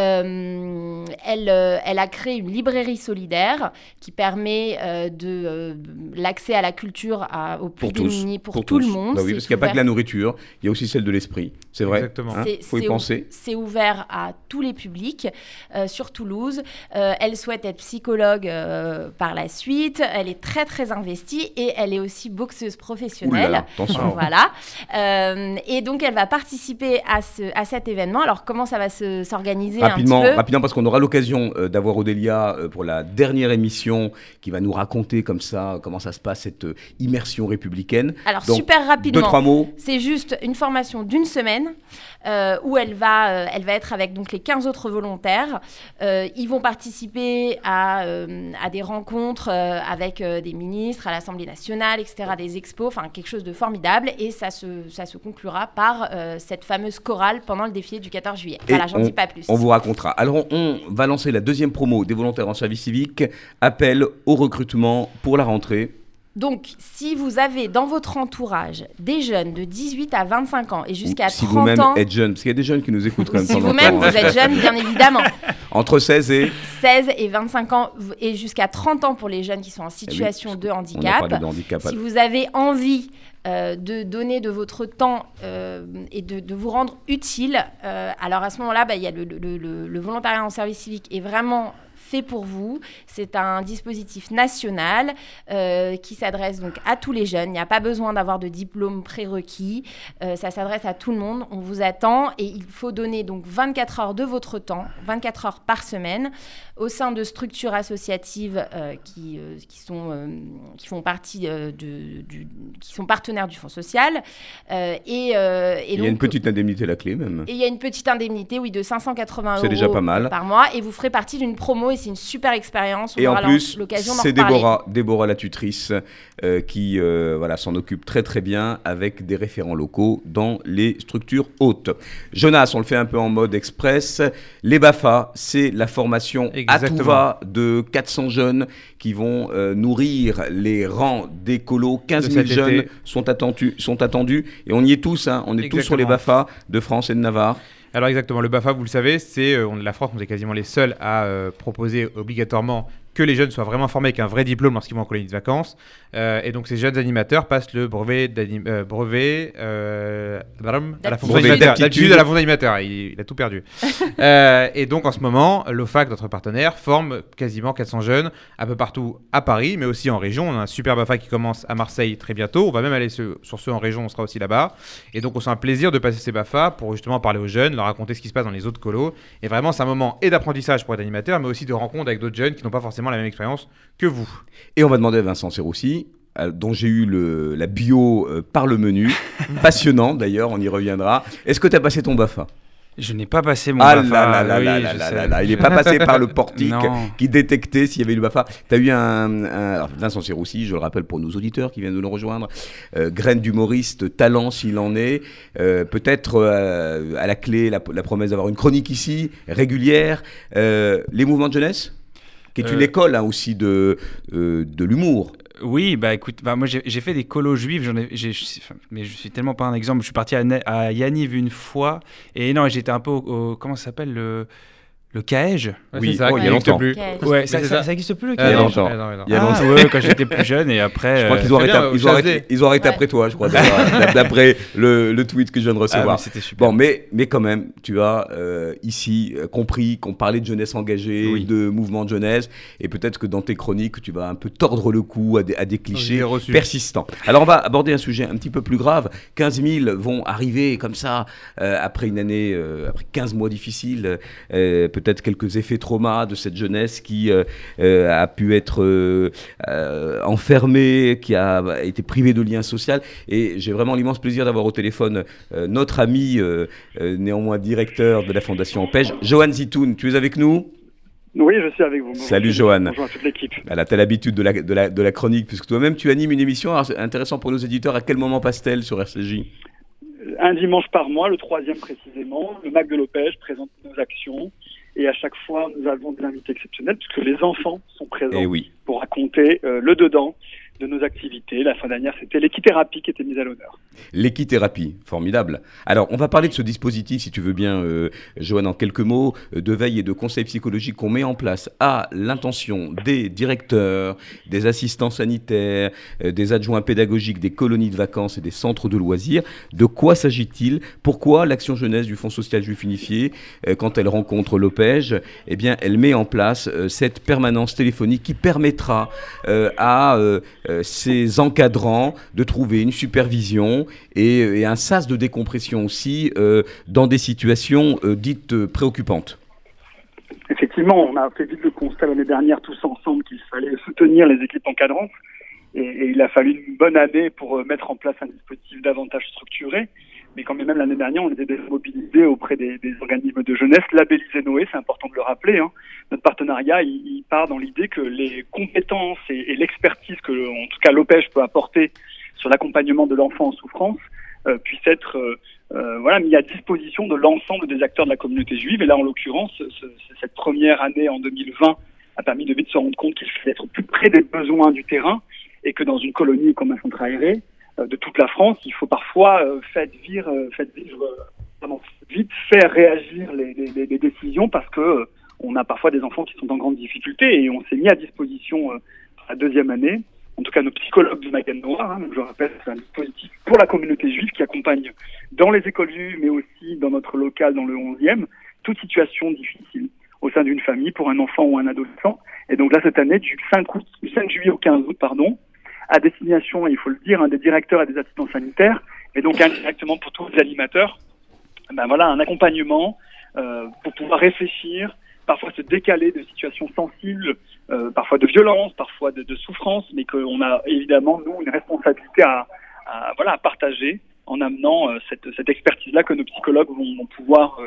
[SPEAKER 9] Euh, elle, euh, elle a créé une librairie solidaire qui permet euh, de euh, l'accès à la culture à, aux plus
[SPEAKER 2] Pour tous.
[SPEAKER 9] démunis, pour,
[SPEAKER 2] Pour
[SPEAKER 9] tout
[SPEAKER 2] tous.
[SPEAKER 9] le monde.
[SPEAKER 2] Bah oui,
[SPEAKER 9] C'est
[SPEAKER 2] parce qu'il n'y a pas que
[SPEAKER 9] ouvert-
[SPEAKER 2] la nourriture, il y a aussi celle de l'esprit. C'est vrai.
[SPEAKER 3] Exactement.
[SPEAKER 2] Hein,
[SPEAKER 9] c'est-
[SPEAKER 2] faut y
[SPEAKER 9] c'est ou-
[SPEAKER 2] penser.
[SPEAKER 9] C'est ouvert à tous les publics euh, sur Toulouse. Euh, elle souhaite être psychologue euh, par la suite. Elle est très très investie et elle est aussi boxeuse professionnelle.
[SPEAKER 2] Ouh là là, attention.
[SPEAKER 9] Voilà. Euh, et donc elle va participer à, ce, à cet événement. Alors comment ça va se, s'organiser
[SPEAKER 2] Rapidement,
[SPEAKER 9] un petit peu
[SPEAKER 2] rapidement, parce qu'on aura l'occasion euh, d'avoir Odélia euh, pour la dernière émission qui va nous raconter comme ça comment ça se passe cette euh, immersion républicaine.
[SPEAKER 9] Alors
[SPEAKER 2] Donc,
[SPEAKER 9] super rapidement.
[SPEAKER 2] Deux, trois mots.
[SPEAKER 9] C'est juste une formation d'une semaine euh, où elle va, euh, elle va être avec donc, les quinze autres volontaires. Euh, ils vont participer à, euh, à des rencontres euh, avec euh, des ministres, à l'Assemblée nationale, et cetera, des expos, enfin quelque chose de formidable. Et ça se, ça se conclura par euh, cette fameuse chorale pendant le défilé du quatorze juillet.
[SPEAKER 2] Et
[SPEAKER 9] Voilà, j'en
[SPEAKER 2] on-
[SPEAKER 9] dis pas plus.
[SPEAKER 2] On vous racontera. Alors, on, on va lancer la deuxième promo des volontaires en service civique. Appel au recrutement pour la rentrée.
[SPEAKER 9] Donc, si vous avez dans votre entourage des jeunes de dix-huit à vingt-cinq ans et jusqu'à
[SPEAKER 2] si
[SPEAKER 9] trente
[SPEAKER 2] vous-même
[SPEAKER 9] ans,
[SPEAKER 2] êtes jeune, parce qu'il y a des jeunes qui nous écoutent quand même. de
[SPEAKER 9] si
[SPEAKER 2] temps en
[SPEAKER 9] vous-même
[SPEAKER 2] temps, hein.
[SPEAKER 9] vous êtes jeune, bien évidemment,
[SPEAKER 2] Entre seize et...
[SPEAKER 9] seize et vingt-cinq ans et jusqu'à trente ans pour les jeunes qui sont en situation
[SPEAKER 2] Eh oui,
[SPEAKER 9] de
[SPEAKER 2] On a
[SPEAKER 9] handicap.
[SPEAKER 2] parlé de handicap.
[SPEAKER 9] Si vous avez envie euh, de donner de votre temps euh, et de, de vous rendre utile, euh, alors à ce moment-là, bah, il y a le, le- le- le volontariat en service civique est vraiment fait pour vous. C'est un dispositif national euh, qui s'adresse donc à tous les jeunes. Il n'y a pas besoin d'avoir de diplôme prérequis. Euh, ça s'adresse à tout le monde. On vous attend et il faut donner donc vingt-quatre heures de votre temps, vingt-quatre heures par semaine, au sein de structures associatives euh, qui, euh, qui, sont, euh, qui font partie euh, de, du, qui sont partenaires du Fonds social. Euh, et, euh, et
[SPEAKER 2] Il y
[SPEAKER 9] donc,
[SPEAKER 2] a une petite indemnité à la clé même.
[SPEAKER 9] et il y a une petite indemnité, oui, de cinq cent quatre-vingts euros
[SPEAKER 2] C'est déjà pas mal.
[SPEAKER 9] par mois. Et vous ferez partie d'une promo c'est une super expérience. On
[SPEAKER 2] Et en
[SPEAKER 9] aura
[SPEAKER 2] plus,
[SPEAKER 9] l'occasion d'en
[SPEAKER 2] c'est
[SPEAKER 9] reparler.
[SPEAKER 2] Déborah, Déborah la tutrice euh, qui euh, voilà, s'en occupe très très bien avec des référents locaux dans les structures hautes. Jonas, on le fait un peu en mode express. Les B A F A, c'est la formation
[SPEAKER 3] Exactement.
[SPEAKER 2] à tout va de quatre cents jeunes qui vont euh, nourrir les rangs des colos. quinze mille
[SPEAKER 3] De cet
[SPEAKER 2] jeunes
[SPEAKER 3] été.
[SPEAKER 2] sont attendus, sont attendus et on y est tous, hein, on est tous sur les B A F A de France et de Navarre.
[SPEAKER 3] Alors exactement, le B A F A, vous le savez, c'est euh, on, la France, on est quasiment les seuls à euh, proposer obligatoirement que les jeunes soient vraiment formés avec un vrai diplôme lorsqu'ils vont en colonie de vacances. Euh, et donc ces jeunes animateurs passent le brevet, d'anim- euh, brevet euh, blam, à la fonction
[SPEAKER 2] Brevet
[SPEAKER 3] animateur.
[SPEAKER 2] d'aptitude.
[SPEAKER 3] D'aptitude à la fonction animateur, il, il a tout perdu. euh, et donc en ce moment, l'O F A C, notre partenaire, forme quasiment quatre cents jeunes un peu partout à Paris, mais aussi en région. On a un super B A F A qui commence à Marseille très bientôt. On va même aller ce- sur ceux en région, on sera aussi là-bas. Et donc on sent un plaisir de passer ces B A F A pour justement parler aux jeunes, leur raconter ce qui se passe dans les autres colos. Et vraiment, c'est un moment et d'apprentissage pour être animateur, mais aussi de rencontre avec d'autres jeunes qui n'ont pas forcément la même expérience que vous.
[SPEAKER 2] Et on va demander à Vincent Serroussi, euh, dont j'ai eu le, la bio euh, par le menu. Passionnant d'ailleurs, on y reviendra. Est-ce que tu as passé ton B A F A ?
[SPEAKER 8] Je n'ai pas passé mon
[SPEAKER 2] Ah
[SPEAKER 8] B A F A.
[SPEAKER 2] là là là
[SPEAKER 8] oui,
[SPEAKER 2] là
[SPEAKER 8] je
[SPEAKER 2] là là
[SPEAKER 8] sais.
[SPEAKER 2] là là, il n'est pas passé par le portique
[SPEAKER 8] Non.
[SPEAKER 2] qui détectait s'il y avait eu le B A F A. Tu as eu un, un alors Vincent Serroussi, je le rappelle pour nos auditeurs qui viennent de nous rejoindre, euh, graine d'humoriste, talent s'il en est, euh, peut-être euh, à la clé la, la promesse d'avoir une chronique ici, régulière, euh, les mouvements de jeunesse, qui est une
[SPEAKER 8] Euh,
[SPEAKER 2] école hein, aussi de, euh, de l'humour.
[SPEAKER 8] Oui, bah écoute, bah moi j'ai j'ai fait des colos juifs, j'en ai, j'ai- je suis- enfin, mais je suis tellement pas un exemple. Je suis parti à, Na- à Yaniv une fois et non, j'étais un peu au, au- comment ça s'appelle le le Caège.
[SPEAKER 3] Ouais,
[SPEAKER 2] Oui,
[SPEAKER 3] c'est ça,
[SPEAKER 2] oh,
[SPEAKER 3] qui
[SPEAKER 2] il y a
[SPEAKER 3] n'existe
[SPEAKER 2] longtemps.
[SPEAKER 3] plus.
[SPEAKER 9] Ok.
[SPEAKER 8] Ouais,
[SPEAKER 3] Mais
[SPEAKER 8] ça,
[SPEAKER 3] c'est
[SPEAKER 8] ça,
[SPEAKER 3] ça.
[SPEAKER 8] ça existe plus le
[SPEAKER 3] Euh,
[SPEAKER 2] Il y a
[SPEAKER 8] Caège.
[SPEAKER 3] non,
[SPEAKER 2] longtemps.
[SPEAKER 3] euh, non, non.
[SPEAKER 2] Il y a
[SPEAKER 8] Ah
[SPEAKER 2] longtemps.
[SPEAKER 8] ouais, quand j'étais plus jeune et après.
[SPEAKER 2] Je crois
[SPEAKER 8] euh,
[SPEAKER 2] qu'ils ont,
[SPEAKER 3] très
[SPEAKER 2] arrêté,
[SPEAKER 3] bien,
[SPEAKER 2] ils
[SPEAKER 3] au
[SPEAKER 2] ont
[SPEAKER 3] Chazé.
[SPEAKER 2] arrêté, ils ont arrêté
[SPEAKER 9] Ouais.
[SPEAKER 2] après toi, je crois, d'après- d'après le, le tweet que je viens de
[SPEAKER 8] ah,
[SPEAKER 2] recevoir.
[SPEAKER 8] mais c'était super.
[SPEAKER 2] Bon, mais, mais quand même, tu as euh, ici euh, compris qu'on parlait de jeunesse engagée,
[SPEAKER 8] Oui.
[SPEAKER 2] de mouvement de jeunesse, et peut-être que dans tes chroniques, tu vas un peu tordre le cou à des, à des
[SPEAKER 3] Je l'ai
[SPEAKER 2] clichés
[SPEAKER 3] reçu.
[SPEAKER 2] persistants. Alors, on va aborder un sujet un petit peu plus grave. quinze mille vont arriver comme ça, euh, après une année, euh, après quinze mois difficiles, euh, peut-être quelques effets traumas de cette jeunesse qui euh, euh, a pu être euh, euh, enfermée, qui a été privée de liens sociaux. Et j'ai vraiment l'immense plaisir d'avoir au téléphone euh, notre ami, euh, euh, néanmoins directeur de la Fondation Empêche, Johan Zitoun. Tu es avec nous ?
[SPEAKER 10] Oui, je suis avec vous. Bonjour.
[SPEAKER 2] Salut, Johan.
[SPEAKER 10] Bonjour à toute l'équipe.
[SPEAKER 2] Elle a telle l'habitude de la, de, la, de la chronique, puisque toi-même tu animes une émission. Alors, c'est intéressant pour nos éditeurs, à quel moment passe-t-elle sur R C J ?
[SPEAKER 10] Un dimanche par mois, le troisième précisément, le M A C de l'Opège présente nos actions. Et à chaque fois, nous avons des invités exceptionnels, puisque les enfants sont présents
[SPEAKER 2] Eh oui.
[SPEAKER 10] pour raconter euh, le dedans de nos activités. La fin dernière, c'était l'équithérapie qui était mise à l'honneur.
[SPEAKER 2] L'équithérapie, formidable. Alors, on va parler de ce dispositif, si tu veux bien, euh, Johan, en quelques mots, euh, de veille et de conseil psychologique qu'on met en place à l'intention des directeurs, des assistants sanitaires, euh, des adjoints pédagogiques, des colonies de vacances et des centres de loisirs. De quoi s'agit-il ? Pourquoi l'Action Jeunesse du Fonds Social Juif Unifié, euh, quand elle rencontre l'Opège, eh bien, elle met en place euh, cette permanence téléphonique qui permettra euh, à euh, euh, ces encadrants de trouver une supervision et, et un sas de décompression aussi euh, dans des situations euh, dites euh, préoccupantes.
[SPEAKER 10] Effectivement, on a fait vite le constat l'année dernière tous ensemble qu'il fallait soutenir les équipes encadrantes. Et, et il a fallu une bonne année pour euh, mettre en place un dispositif davantage structuré. Mais quand même l'année dernière, on était déjà mobilisés auprès des, des organismes de jeunesse, labellisés Noé, c'est important de le rappeler. Hein. Notre partenariat, il, il part dans l'idée que les compétences et, et l'expertise que, en tout cas, l'Opège peut apporter sur l'accompagnement de l'enfant en souffrance euh, puissent être euh, euh, voilà, mis à disposition de l'ensemble des acteurs de la communauté juive. Et là, en l'occurrence, ce, ce, cette première année en deux mille vingt a permis de vite se rendre compte qu'il fallait être plus près des besoins du terrain et que dans une colonie comme un centre aéré, de toute la France, il faut parfois euh, faire vivre, euh, faire vivre euh, pardon, vite faire réagir les, les, les décisions parce que euh, on a parfois des enfants qui sont en grande difficulté et on s'est mis à disposition euh, la deuxième année. En tout cas, nos psychologues du Magan Noir, hein, je rappelle, c'est un dispositif pour la communauté juive qui accompagne dans les écoles juives, mais aussi dans notre local, dans le onzième, toute situation difficile au sein d'une famille pour un enfant ou un adolescent. Et donc là, cette année, du cinq août, du cinq juillet au quinze août, pardon, à destination, il faut le dire, hein, des directeurs et des assistants sanitaires, et donc indirectement pour tous les animateurs, ben voilà, un accompagnement euh, pour pouvoir réfléchir, parfois se décaler de situations sensibles, euh, parfois de violence, parfois de, de souffrance, mais qu'on a évidemment, nous, une responsabilité à, à, voilà, à partager en amenant euh, cette, cette expertise-là que nos psychologues vont, vont pouvoir euh,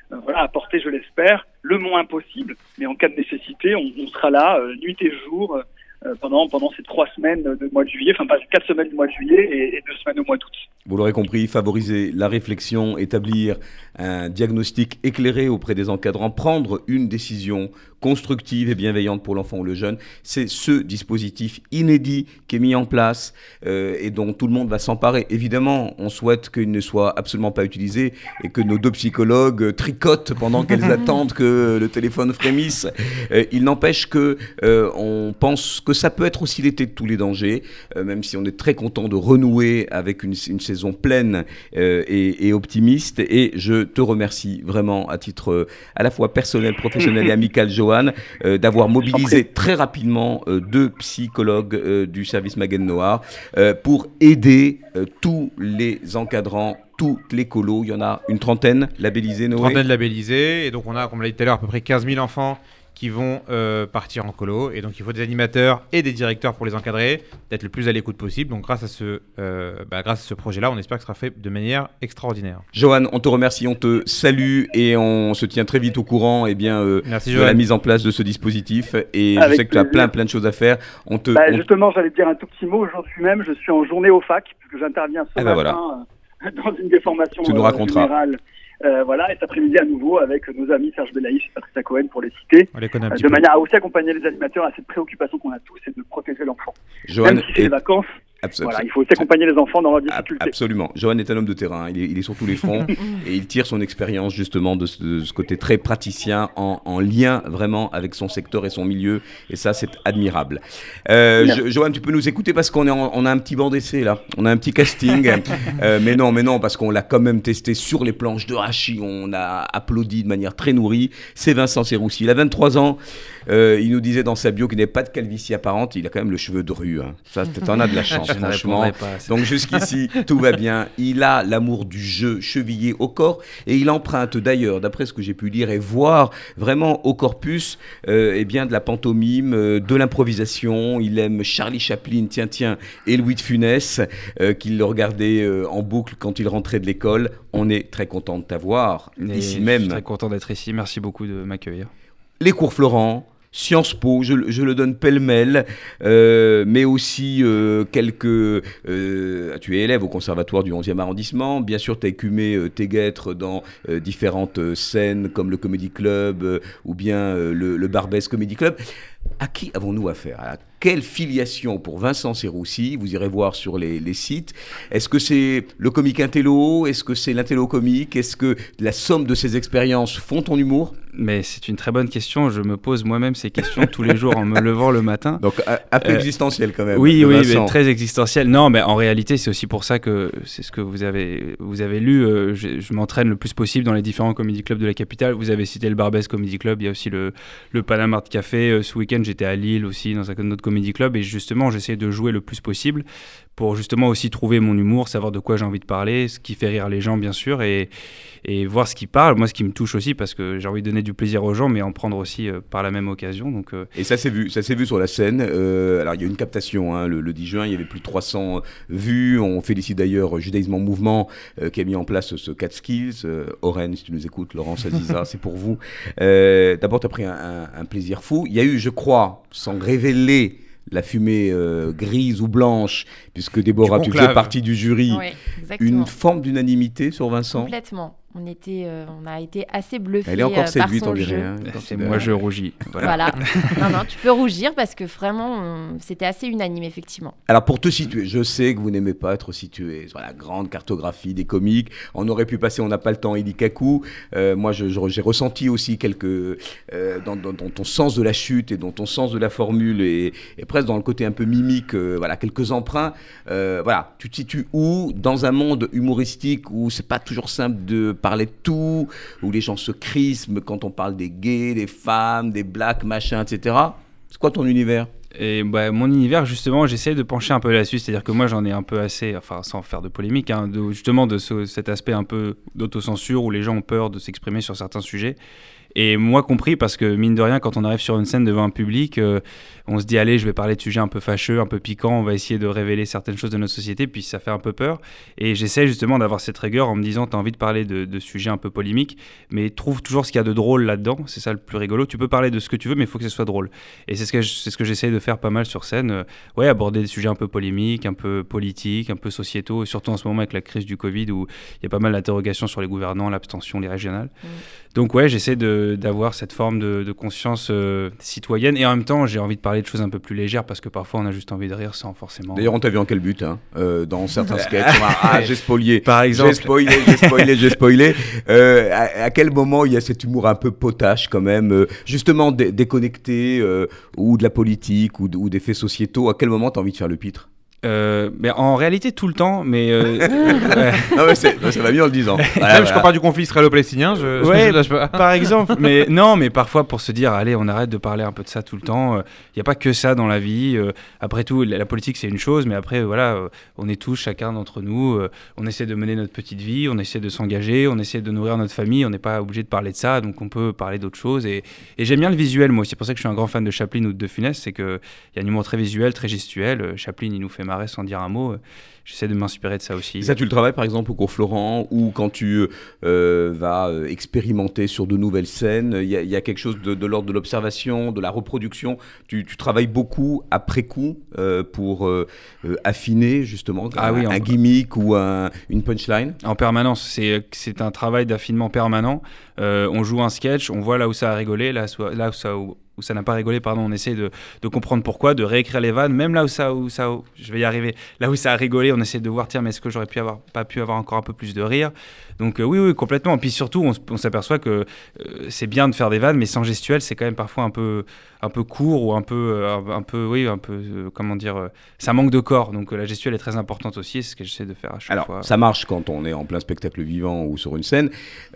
[SPEAKER 10] euh, voilà, apporter, je l'espère, le moins possible, mais en cas de nécessité, on, on sera là euh, nuit et jour euh, pendant, pendant ces trois semaines de mois de juillet, enfin pas quatre semaines du mois de juillet et, et deux semaines au mois d'août.
[SPEAKER 2] Vous l'aurez compris, favoriser la réflexion, établir un diagnostic éclairé auprès des encadrants, prendre une décision constructive et bienveillante pour l'enfant ou le jeune. C'est ce dispositif inédit qui est mis en place euh, et dont tout le monde va s'emparer. Évidemment, on souhaite qu'il ne soit absolument pas utilisé et que nos deux psychologues tricotent pendant qu'elles attendent que le téléphone frémisse. Euh, il n'empêche que euh, on pense que ça peut être aussi l'été de tous les dangers, euh, même si on est très content de renouer avec une, une saison pleine euh, et, et optimiste. Et je te remercie vraiment à titre euh, à la fois personnel, professionnel et amical, Johan, Euh, d'avoir mobilisé très rapidement euh, deux psychologues euh, du service Maguen Noir euh, pour aider euh, tous les encadrants, toutes les colos. Il y en a une trentaine labellisés, Noé.
[SPEAKER 3] Trentaine labellisés, et donc on a, comme on l'a dit tout à l'heure, à peu près quinze mille enfants qui vont euh, partir en colo, et donc il faut des animateurs et des directeurs pour les encadrer, d'être le plus à l'écoute possible. Donc grâce à ce, euh, bah, grâce à ce projet-là, on espère que ce sera fait de manière extraordinaire.
[SPEAKER 2] Johan, on te remercie, on te salue et on se tient très vite au courant eh bien, euh,
[SPEAKER 3] Merci,
[SPEAKER 2] de
[SPEAKER 3] Johan.
[SPEAKER 2] la mise en place de ce dispositif. Et
[SPEAKER 10] Avec
[SPEAKER 2] je sais que tu as
[SPEAKER 10] plaisir.
[SPEAKER 2] plein plein de choses à faire. On te,
[SPEAKER 10] Bah,
[SPEAKER 2] on-
[SPEAKER 10] justement, j'allais te dire un tout petit mot. Aujourd'hui même, je suis en journée au F A C, puisque j'interviens ce
[SPEAKER 2] Ah bah
[SPEAKER 10] matin euh, dans une des formations
[SPEAKER 2] Tu nous
[SPEAKER 10] euh,
[SPEAKER 2] raconteras.
[SPEAKER 10] générales. Euh, voilà, et cet après-midi à nouveau avec nos amis Serge Belaïch et Patricia Cohen pour les citer,
[SPEAKER 3] On les connaît un
[SPEAKER 10] euh,
[SPEAKER 3] petit
[SPEAKER 10] de
[SPEAKER 3] peu.
[SPEAKER 10] manière à aussi accompagner les animateurs à cette préoccupation qu'on a tous, c'est de protéger l'enfant.
[SPEAKER 2] Johan
[SPEAKER 10] Même si c'est
[SPEAKER 2] est-
[SPEAKER 10] les vacances,
[SPEAKER 2] abs-
[SPEAKER 10] voilà, il faut aussi accompagner les enfants dans leurs
[SPEAKER 2] Ab-
[SPEAKER 10] difficultés.
[SPEAKER 2] Absolument. Johan est un homme de terrain. Il est, il est sur tous les fronts et il tire son expérience justement de ce, de ce côté très praticien en, en lien vraiment avec son secteur et son milieu. Et ça, c'est admirable. Euh,
[SPEAKER 10] Merci.
[SPEAKER 2] Jo- Johan, tu peux nous écouter parce qu'on est en- on a un petit banc d'essai là. On a un petit casting. Euh, mais non, mais non, parce qu'on l'a quand même testé sur les planches de Rachi. On a applaudi de manière très nourrie. C'est Vincent Serroussi. Il a vingt-trois ans. Euh, il nous disait dans sa bio qu'il n'avait pas de calvitie apparente. Il a quand même le cheveu de rue. Hein. Ça, t'en as de la chance,
[SPEAKER 8] Je ne
[SPEAKER 2] franchement.
[SPEAKER 8] répondrai pas à ça.
[SPEAKER 2] Donc jusqu'ici, tout va bien. Il a l'amour du jeu chevillé au corps et il emprunte d'ailleurs, d'après ce que j'ai pu lire et voir, vraiment au corpus, euh, eh bien de la pantomime, euh, de l'improvisation. Il aime Charlie Chaplin, tiens tiens, et Louis de Funès, euh, qu'il le regardait euh, en boucle quand il rentrait de l'école. On est très content de t'avoir
[SPEAKER 8] Et
[SPEAKER 2] ici
[SPEAKER 8] Je suis
[SPEAKER 2] même.
[SPEAKER 8] très content d'être ici. Merci beaucoup de m'accueillir.
[SPEAKER 2] Les cours Florent, Sciences Po, je, le- je le donne pêle-mêle, euh, mais aussi euh, quelques... euh, tu es élève au conservatoire du onzième arrondissement, bien sûr tu as écumé euh, tes guêtres dans euh, différentes euh, scènes comme le Comedy Club euh, ou bien euh, le, le Barbès Comedy Club. À qui avons-nous affaire? À quelle filiation pour Vincent Serroussi? Vous irez voir sur les, les sites. Est-ce que c'est le comique intello? Est-ce que c'est l'intello comique? Est-ce que la somme de ces expériences font ton humour?
[SPEAKER 8] Mais c'est une très bonne question. Je me pose moi-même ces questions tous les jours en me levant le matin.
[SPEAKER 2] Donc un, un peu
[SPEAKER 8] Euh,
[SPEAKER 2] existentiel quand même.
[SPEAKER 8] Oui,
[SPEAKER 2] de
[SPEAKER 8] oui,
[SPEAKER 2] Vincent.
[SPEAKER 8] mais très existentiel. Non, mais en réalité, c'est aussi pour ça que c'est ce que vous avez, vous avez lu. euh, je je m'entraîne le plus possible dans les différents comédie clubs de la capitale. Vous avez cité le Barbès Comedy Club. Il y a aussi le, le Panama Art Café. Euh, Ce week-end, j'étais à Lille aussi dans un autre comédie club. Et justement, j'essaie de jouer le plus possible pour justement aussi trouver mon humour, savoir de quoi j'ai envie de parler, ce qui fait rire les gens, bien sûr, et, et voir ce qui parle. Moi, ce qui me touche aussi, parce que j'ai envie de donner du plaisir aux gens, mais en prendre aussi euh, par la même occasion. Donc, euh,
[SPEAKER 2] Et ça s'est vu, ça s'est vu sur la scène. Euh, alors il y a eu une captation hein, le, le dix juin, il y avait plus de trois cents vues. On félicite d'ailleurs Judaïsme en Mouvement euh, qui a mis en place ce quatre skills. Euh, Oren, si tu nous écoutes, Laurence Aziza, c'est pour vous. Euh, D'abord, tu as pris un, un- un plaisir fou. Il y a eu, je crois, sans révéler la fumée euh, grise ou blanche, puisque Déborah,
[SPEAKER 3] Du
[SPEAKER 2] tu
[SPEAKER 3] conclave.
[SPEAKER 2] faisais partie du jury,
[SPEAKER 9] Oui, exactement.
[SPEAKER 2] une forme d'unanimité sur Vincent.
[SPEAKER 9] Complètement. On, était, euh, on a été assez bluffés
[SPEAKER 2] Elle est encore
[SPEAKER 9] euh, par
[SPEAKER 2] séduite,
[SPEAKER 9] son
[SPEAKER 2] on
[SPEAKER 9] jeu.
[SPEAKER 2] dirait. hein,
[SPEAKER 8] c'est
[SPEAKER 2] considère.
[SPEAKER 8] moi, je rougis. Voilà.
[SPEAKER 9] Voilà. non, non, tu peux rougir parce que vraiment, on- c'était assez unanime, effectivement.
[SPEAKER 2] Alors pour te situer, je sais que vous n'aimez pas être situé sur la grande cartographie des comiques. On aurait pu passer, on n'a pas le temps, Eli Kaku. Euh, moi, je- je- j'ai ressenti aussi quelques euh, dans, dans- dans ton sens de la chute et dans ton sens de la formule et, et presque dans le côté un peu mimique. euh, voilà, quelques emprunts. Euh, voilà, tu te situes où dans un monde humoristique où c'est pas toujours simple de parler de tout, où les gens se crisment quand on parle des gays, des femmes, des blacks, machin, et cetera. C'est quoi ton univers?
[SPEAKER 8] Et bah, mon univers, justement, j'essaie de pencher un peu là-dessus. C'est-à-dire que moi, j'en ai un peu assez, enfin, sans faire de polémique, hein, de, justement de ce- cet aspect un peu d'autocensure où les gens ont peur de s'exprimer sur certains sujets. et moi compris, parce que mine de rien, quand on arrive sur une scène devant un public, euh, on se dit allez, je vais parler de sujets un peu fâcheux, un peu piquants, on va essayer de révéler certaines choses de notre société, puis ça fait un peu peur. Et j'essaie justement d'avoir cette rigueur en me disant, t'as envie de parler de, de sujets un peu polémiques, mais trouve toujours ce qu'il y a de drôle là-dedans, c'est ça le plus rigolo. Tu peux parler de ce que tu veux, mais il faut que ce soit drôle. Et c'est ce que, je, c'est ce que j'essaie de faire pas mal sur scène, euh, ouais, aborder des sujets un peu polémiques, un peu politiques, un peu sociétaux, et surtout en ce moment avec la crise du Covid, où il y a pas mal d'interrogations sur les gouvernants, l'abstention, les régionales. Mmh. Donc ouais, j'essaie de, d'avoir cette forme de, de conscience euh, citoyenne, et en même temps, j'ai envie de parler de choses un peu plus légères, parce que parfois, on a juste envie de rire sans forcément...
[SPEAKER 2] D'ailleurs, on t'a vu en quel but, hein, euh, dans certains sketchs. Ah, j'ai spoilé.
[SPEAKER 8] Par exemple.
[SPEAKER 2] J'ai spoilé, j'ai spoilé, j'ai spoilé. Euh, à, à quel moment il y a cet humour un peu potache, quand même, euh, justement dé- déconnecté, euh, ou de la politique, ou, de, ou des faits sociétaux? À quel moment t'as envie de faire le pitre?
[SPEAKER 8] Euh, mais en réalité tout le temps, mais euh,
[SPEAKER 2] ouais. Non mais c'est, ça va mieux en le disant.
[SPEAKER 3] Voilà, Même voilà. Je compare du conflit israélo-palestinien, je,
[SPEAKER 8] ouais,
[SPEAKER 3] je lâche pas.
[SPEAKER 8] Par exemple, mais non, mais parfois pour se dire allez, on arrête de parler un peu de ça tout le temps. Il euh, n'y a pas que ça dans la vie. Euh, après tout, la, la politique c'est une chose, mais après voilà, euh, on est tous chacun d'entre nous. Euh, on essaie de mener notre petite vie, on essaie de s'engager, on essaie de nourrir notre famille. On n'est pas obligé de parler de ça, donc on peut parler d'autres choses. Et, et j'aime bien le visuel, moi. C'est pour ça que je suis un grand fan de Chaplin ou de De Funès, c'est que il y a un humour très visuel, très gestuel. Chaplin, il nous fait marrer sans dire un mot. J'essaie de m'inspirer de ça aussi.
[SPEAKER 2] Et ça, tu le travailles par exemple au cours Florent, ou quand tu euh, vas expérimenter sur de nouvelles scènes, il y, y a quelque chose de, de l'ordre de l'observation, de la reproduction. Tu, tu travailles beaucoup après coup euh, pour euh, affiner justement ah un, oui, un en... gimmick ou un, une punchline.
[SPEAKER 8] En permanence, c'est, c'est un travail d'affinement permanent. Euh, on joue un sketch, on voit là où ça a rigolé, là, là où ça... Où... où ça n'a pas rigolé, pardon, on essaie de, de comprendre pourquoi, de réécrire les vannes, même là où ça, où ça, où, je vais y arriver, là où ça a rigolé, on essaie de voir, tiens, mais est-ce que j'aurais pu avoir, pas pu avoir encore un peu plus de rire? Donc euh, oui, oui, complètement. Et puis surtout, on, on s'aperçoit que euh, c'est bien de faire des vannes, mais sans gestuelle, c'est quand même parfois un peu, un peu court ou un peu, un, un peu, oui, un peu, euh, comment dire, euh, ça manque de corps. Donc euh, la gestuelle est très importante aussi, c'est ce que j'essaie de faire à chaque
[SPEAKER 2] Alors,
[SPEAKER 8] fois.
[SPEAKER 2] Alors, ça marche quand on est en plein spectacle vivant ou sur une scène.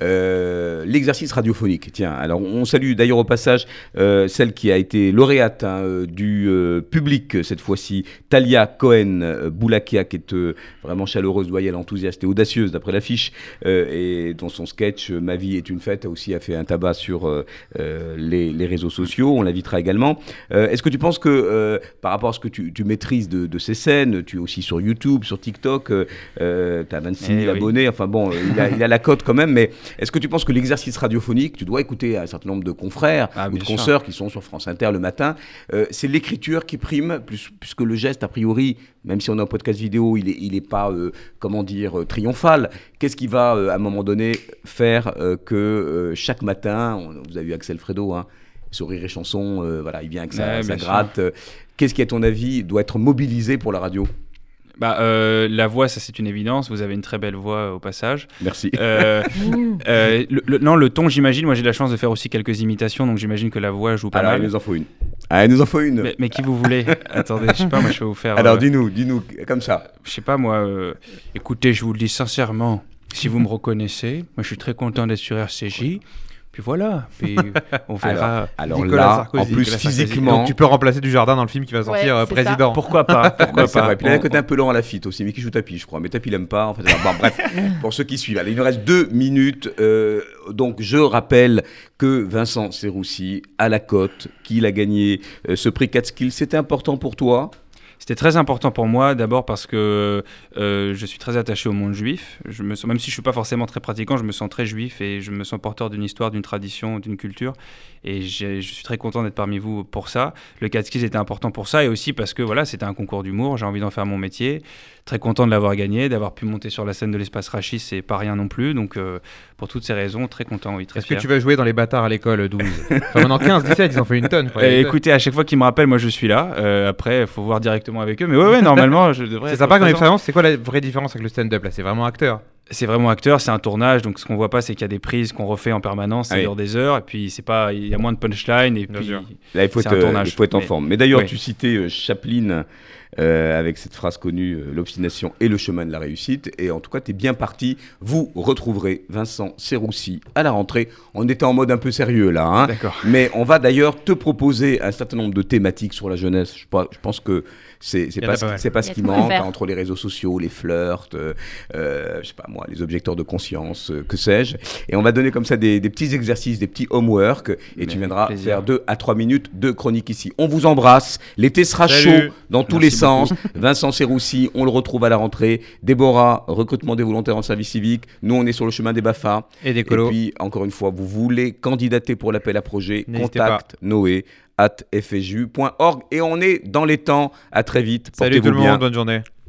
[SPEAKER 2] Euh, l'exercice radiophonique, tiens, alors on salue d'ailleurs au passage euh, celle qui a été lauréate hein, du euh, public cette fois-ci, Talia Cohen-Boulakia, qui est euh, vraiment chaleureuse, loyale, enthousiaste et audacieuse d'après l'affiche, euh, et dont son sketch euh, Ma vie est une fête aussi a fait un tabac sur euh, euh, les, les réseaux sociaux. On l'invitera également. Euh, est-ce que tu penses que euh, par rapport à ce que tu, tu maîtrises de, de ces scènes, tu es aussi sur YouTube, sur TikTok, euh, tu as vingt-six mille eh abonnés, oui. Enfin bon, il a, il a la cote quand même, mais est-ce que tu penses que l'exercice radiophonique, tu dois écouter un certain nombre de confrères ah, ou de consoeurs sûr. Qui sont sur France Inter le matin, euh, c'est l'écriture qui prime plus, plus que le geste, a priori, même si on a un podcast vidéo, il n'est il est pas, euh, comment dire, euh, triomphal. Qu'est-ce qui va, euh, à un moment donné, faire euh, que euh, chaque matin, on, vous avez vu Axel Fredo, hein, Sourire et chanson, euh, voilà, il vient avec sa, ouais, sa gratte. Euh, qu'est-ce qui, à ton avis, doit être mobilisé pour la radio ?
[SPEAKER 8] Bah, euh, la voix, ça c'est une évidence. Vous avez une très belle voix euh, au passage.
[SPEAKER 2] Merci.
[SPEAKER 8] Euh, euh, le, le, non, le ton, j'imagine. Moi, j'ai la chance de faire aussi quelques imitations, donc j'imagine que la voix joue pas
[SPEAKER 2] Alors,
[SPEAKER 8] mal.
[SPEAKER 2] Alors, il nous en faut une. Ah, il nous en faut une.
[SPEAKER 8] Mais, mais qui vous voulez ? Attendez, je sais pas, moi, je vais vous faire.
[SPEAKER 2] Alors,
[SPEAKER 8] euh,
[SPEAKER 2] dis-nous, dis-nous, comme ça.
[SPEAKER 8] Je sais pas, moi. Euh, écoutez, je vous le dis sincèrement. Si vous me reconnaissez, moi, je suis très content d'être sur R C J. Puis voilà, puis on verra.
[SPEAKER 2] Alors, alors
[SPEAKER 3] Nicolas
[SPEAKER 2] là,
[SPEAKER 3] Sarkozy,
[SPEAKER 2] en plus
[SPEAKER 3] Nicolas
[SPEAKER 2] physiquement,
[SPEAKER 3] donc tu peux remplacer Dujardin dans le film qui va sortir
[SPEAKER 9] Ouais,
[SPEAKER 3] euh,
[SPEAKER 9] c'est
[SPEAKER 3] président.
[SPEAKER 9] ça.
[SPEAKER 8] Pourquoi pas, pourquoi
[SPEAKER 2] c'est
[SPEAKER 8] pas.
[SPEAKER 2] vrai. Puis il y a un côté un peu lent à la Lafitte aussi, mais qui joue Tapi, je crois. Mais Tapi, il aime pas. En fait, bon, bref, pour ceux qui suivent, allez, il nous reste deux minutes. Euh, donc, je rappelle que Vincent Serroussi à la cote, qu'il a gagné euh, ce prix Catskill. C'était important pour toi ?
[SPEAKER 8] C'était très important pour moi, d'abord parce que euh, je suis très attaché au monde juif. Je me sens, même si je ne suis pas forcément très pratiquant, je me sens très juif et je me sens porteur d'une histoire, d'une tradition, d'une culture. Et je suis très content d'être parmi vous pour ça. Le Catskill était important pour ça et aussi parce que voilà, c'était un concours d'humour, j'ai envie d'en faire mon métier. Très content de l'avoir gagné, d'avoir pu monter sur la scène de l'Espace Rachis, c'est pas rien non plus. Donc euh, pour toutes ces raisons, très content, oui, très
[SPEAKER 3] Est-ce
[SPEAKER 8] fier.
[SPEAKER 3] que tu vas jouer dans les bâtards à l'école douze Enfin maintenant quinze, dix-sept, ils en font une tonne.
[SPEAKER 8] Euh, écoutez, à chaque fois qu'ils me rappellent, moi je suis là. Euh, après, il faut voir directement avec eux. Mais ouais, ouais, normalement, je devrais.
[SPEAKER 3] C'est sympa comme expérience. C'est quoi la vraie différence avec le stand-up là ? C'est vraiment acteur.
[SPEAKER 8] C'est vraiment acteur, c'est un tournage, donc ce qu'on voit pas, c'est qu'il y a des prises qu'on refait en permanence, ça
[SPEAKER 2] oui.
[SPEAKER 8] dure des heures, et puis c'est pas, il y a moins de punchline, et
[SPEAKER 2] Bien
[SPEAKER 8] puis
[SPEAKER 2] sûr. Là, il faut
[SPEAKER 8] c'est
[SPEAKER 2] être,
[SPEAKER 8] un tournage.
[SPEAKER 2] il faut être en
[SPEAKER 8] mais,
[SPEAKER 2] forme. Mais d'ailleurs,
[SPEAKER 8] oui.
[SPEAKER 2] tu citais euh, Chaplin euh, avec cette phrase connue, euh, l'obstination est le chemin de la réussite. Et en tout cas, tu es bien parti. Vous retrouverez Vincent Serroussi à la rentrée. On était en mode un peu sérieux là, hein.
[SPEAKER 3] D'accord.
[SPEAKER 2] Mais on va d'ailleurs te proposer un certain nombre de thématiques sur la jeunesse. Je, pas- je pense que c'est c'est
[SPEAKER 3] Il y en
[SPEAKER 2] pas,
[SPEAKER 3] a
[SPEAKER 2] ce
[SPEAKER 3] pas
[SPEAKER 2] qui-
[SPEAKER 3] mal.
[SPEAKER 2] c'est pas
[SPEAKER 9] Il y
[SPEAKER 2] ce
[SPEAKER 9] a
[SPEAKER 2] qui
[SPEAKER 9] de quoi
[SPEAKER 2] manque,
[SPEAKER 9] faire.
[SPEAKER 2] hein, entre les réseaux sociaux, les flirts, euh, euh, je sais pas moi, les objecteurs de conscience, euh, que sais-je. Et on va donner comme ça des, des petits exercices, des petits homework, et
[SPEAKER 8] Mais
[SPEAKER 2] tu
[SPEAKER 8] avec
[SPEAKER 2] viendras
[SPEAKER 8] plaisir.
[SPEAKER 2] faire deux à trois minutes de chronique ici. On vous embrasse. L'été sera
[SPEAKER 3] Salut.
[SPEAKER 2] chaud dans tous
[SPEAKER 8] Merci
[SPEAKER 2] les sens. Vincent Serroussi, on le retrouve à la rentrée. Déborah, recrutement des volontaires en service civique. Nous, on est sur le chemin des B A F A.
[SPEAKER 3] Et des
[SPEAKER 2] Et
[SPEAKER 3] colos.
[SPEAKER 2] puis, encore une fois, vous voulez candidater pour l'appel à projet,
[SPEAKER 3] N'hésitez
[SPEAKER 2] contact noé arobase f s j u point org. Et on est dans les temps. À très vite.
[SPEAKER 3] Salut tout le
[SPEAKER 2] Portez-vous bien.
[SPEAKER 3] monde, bonne journée.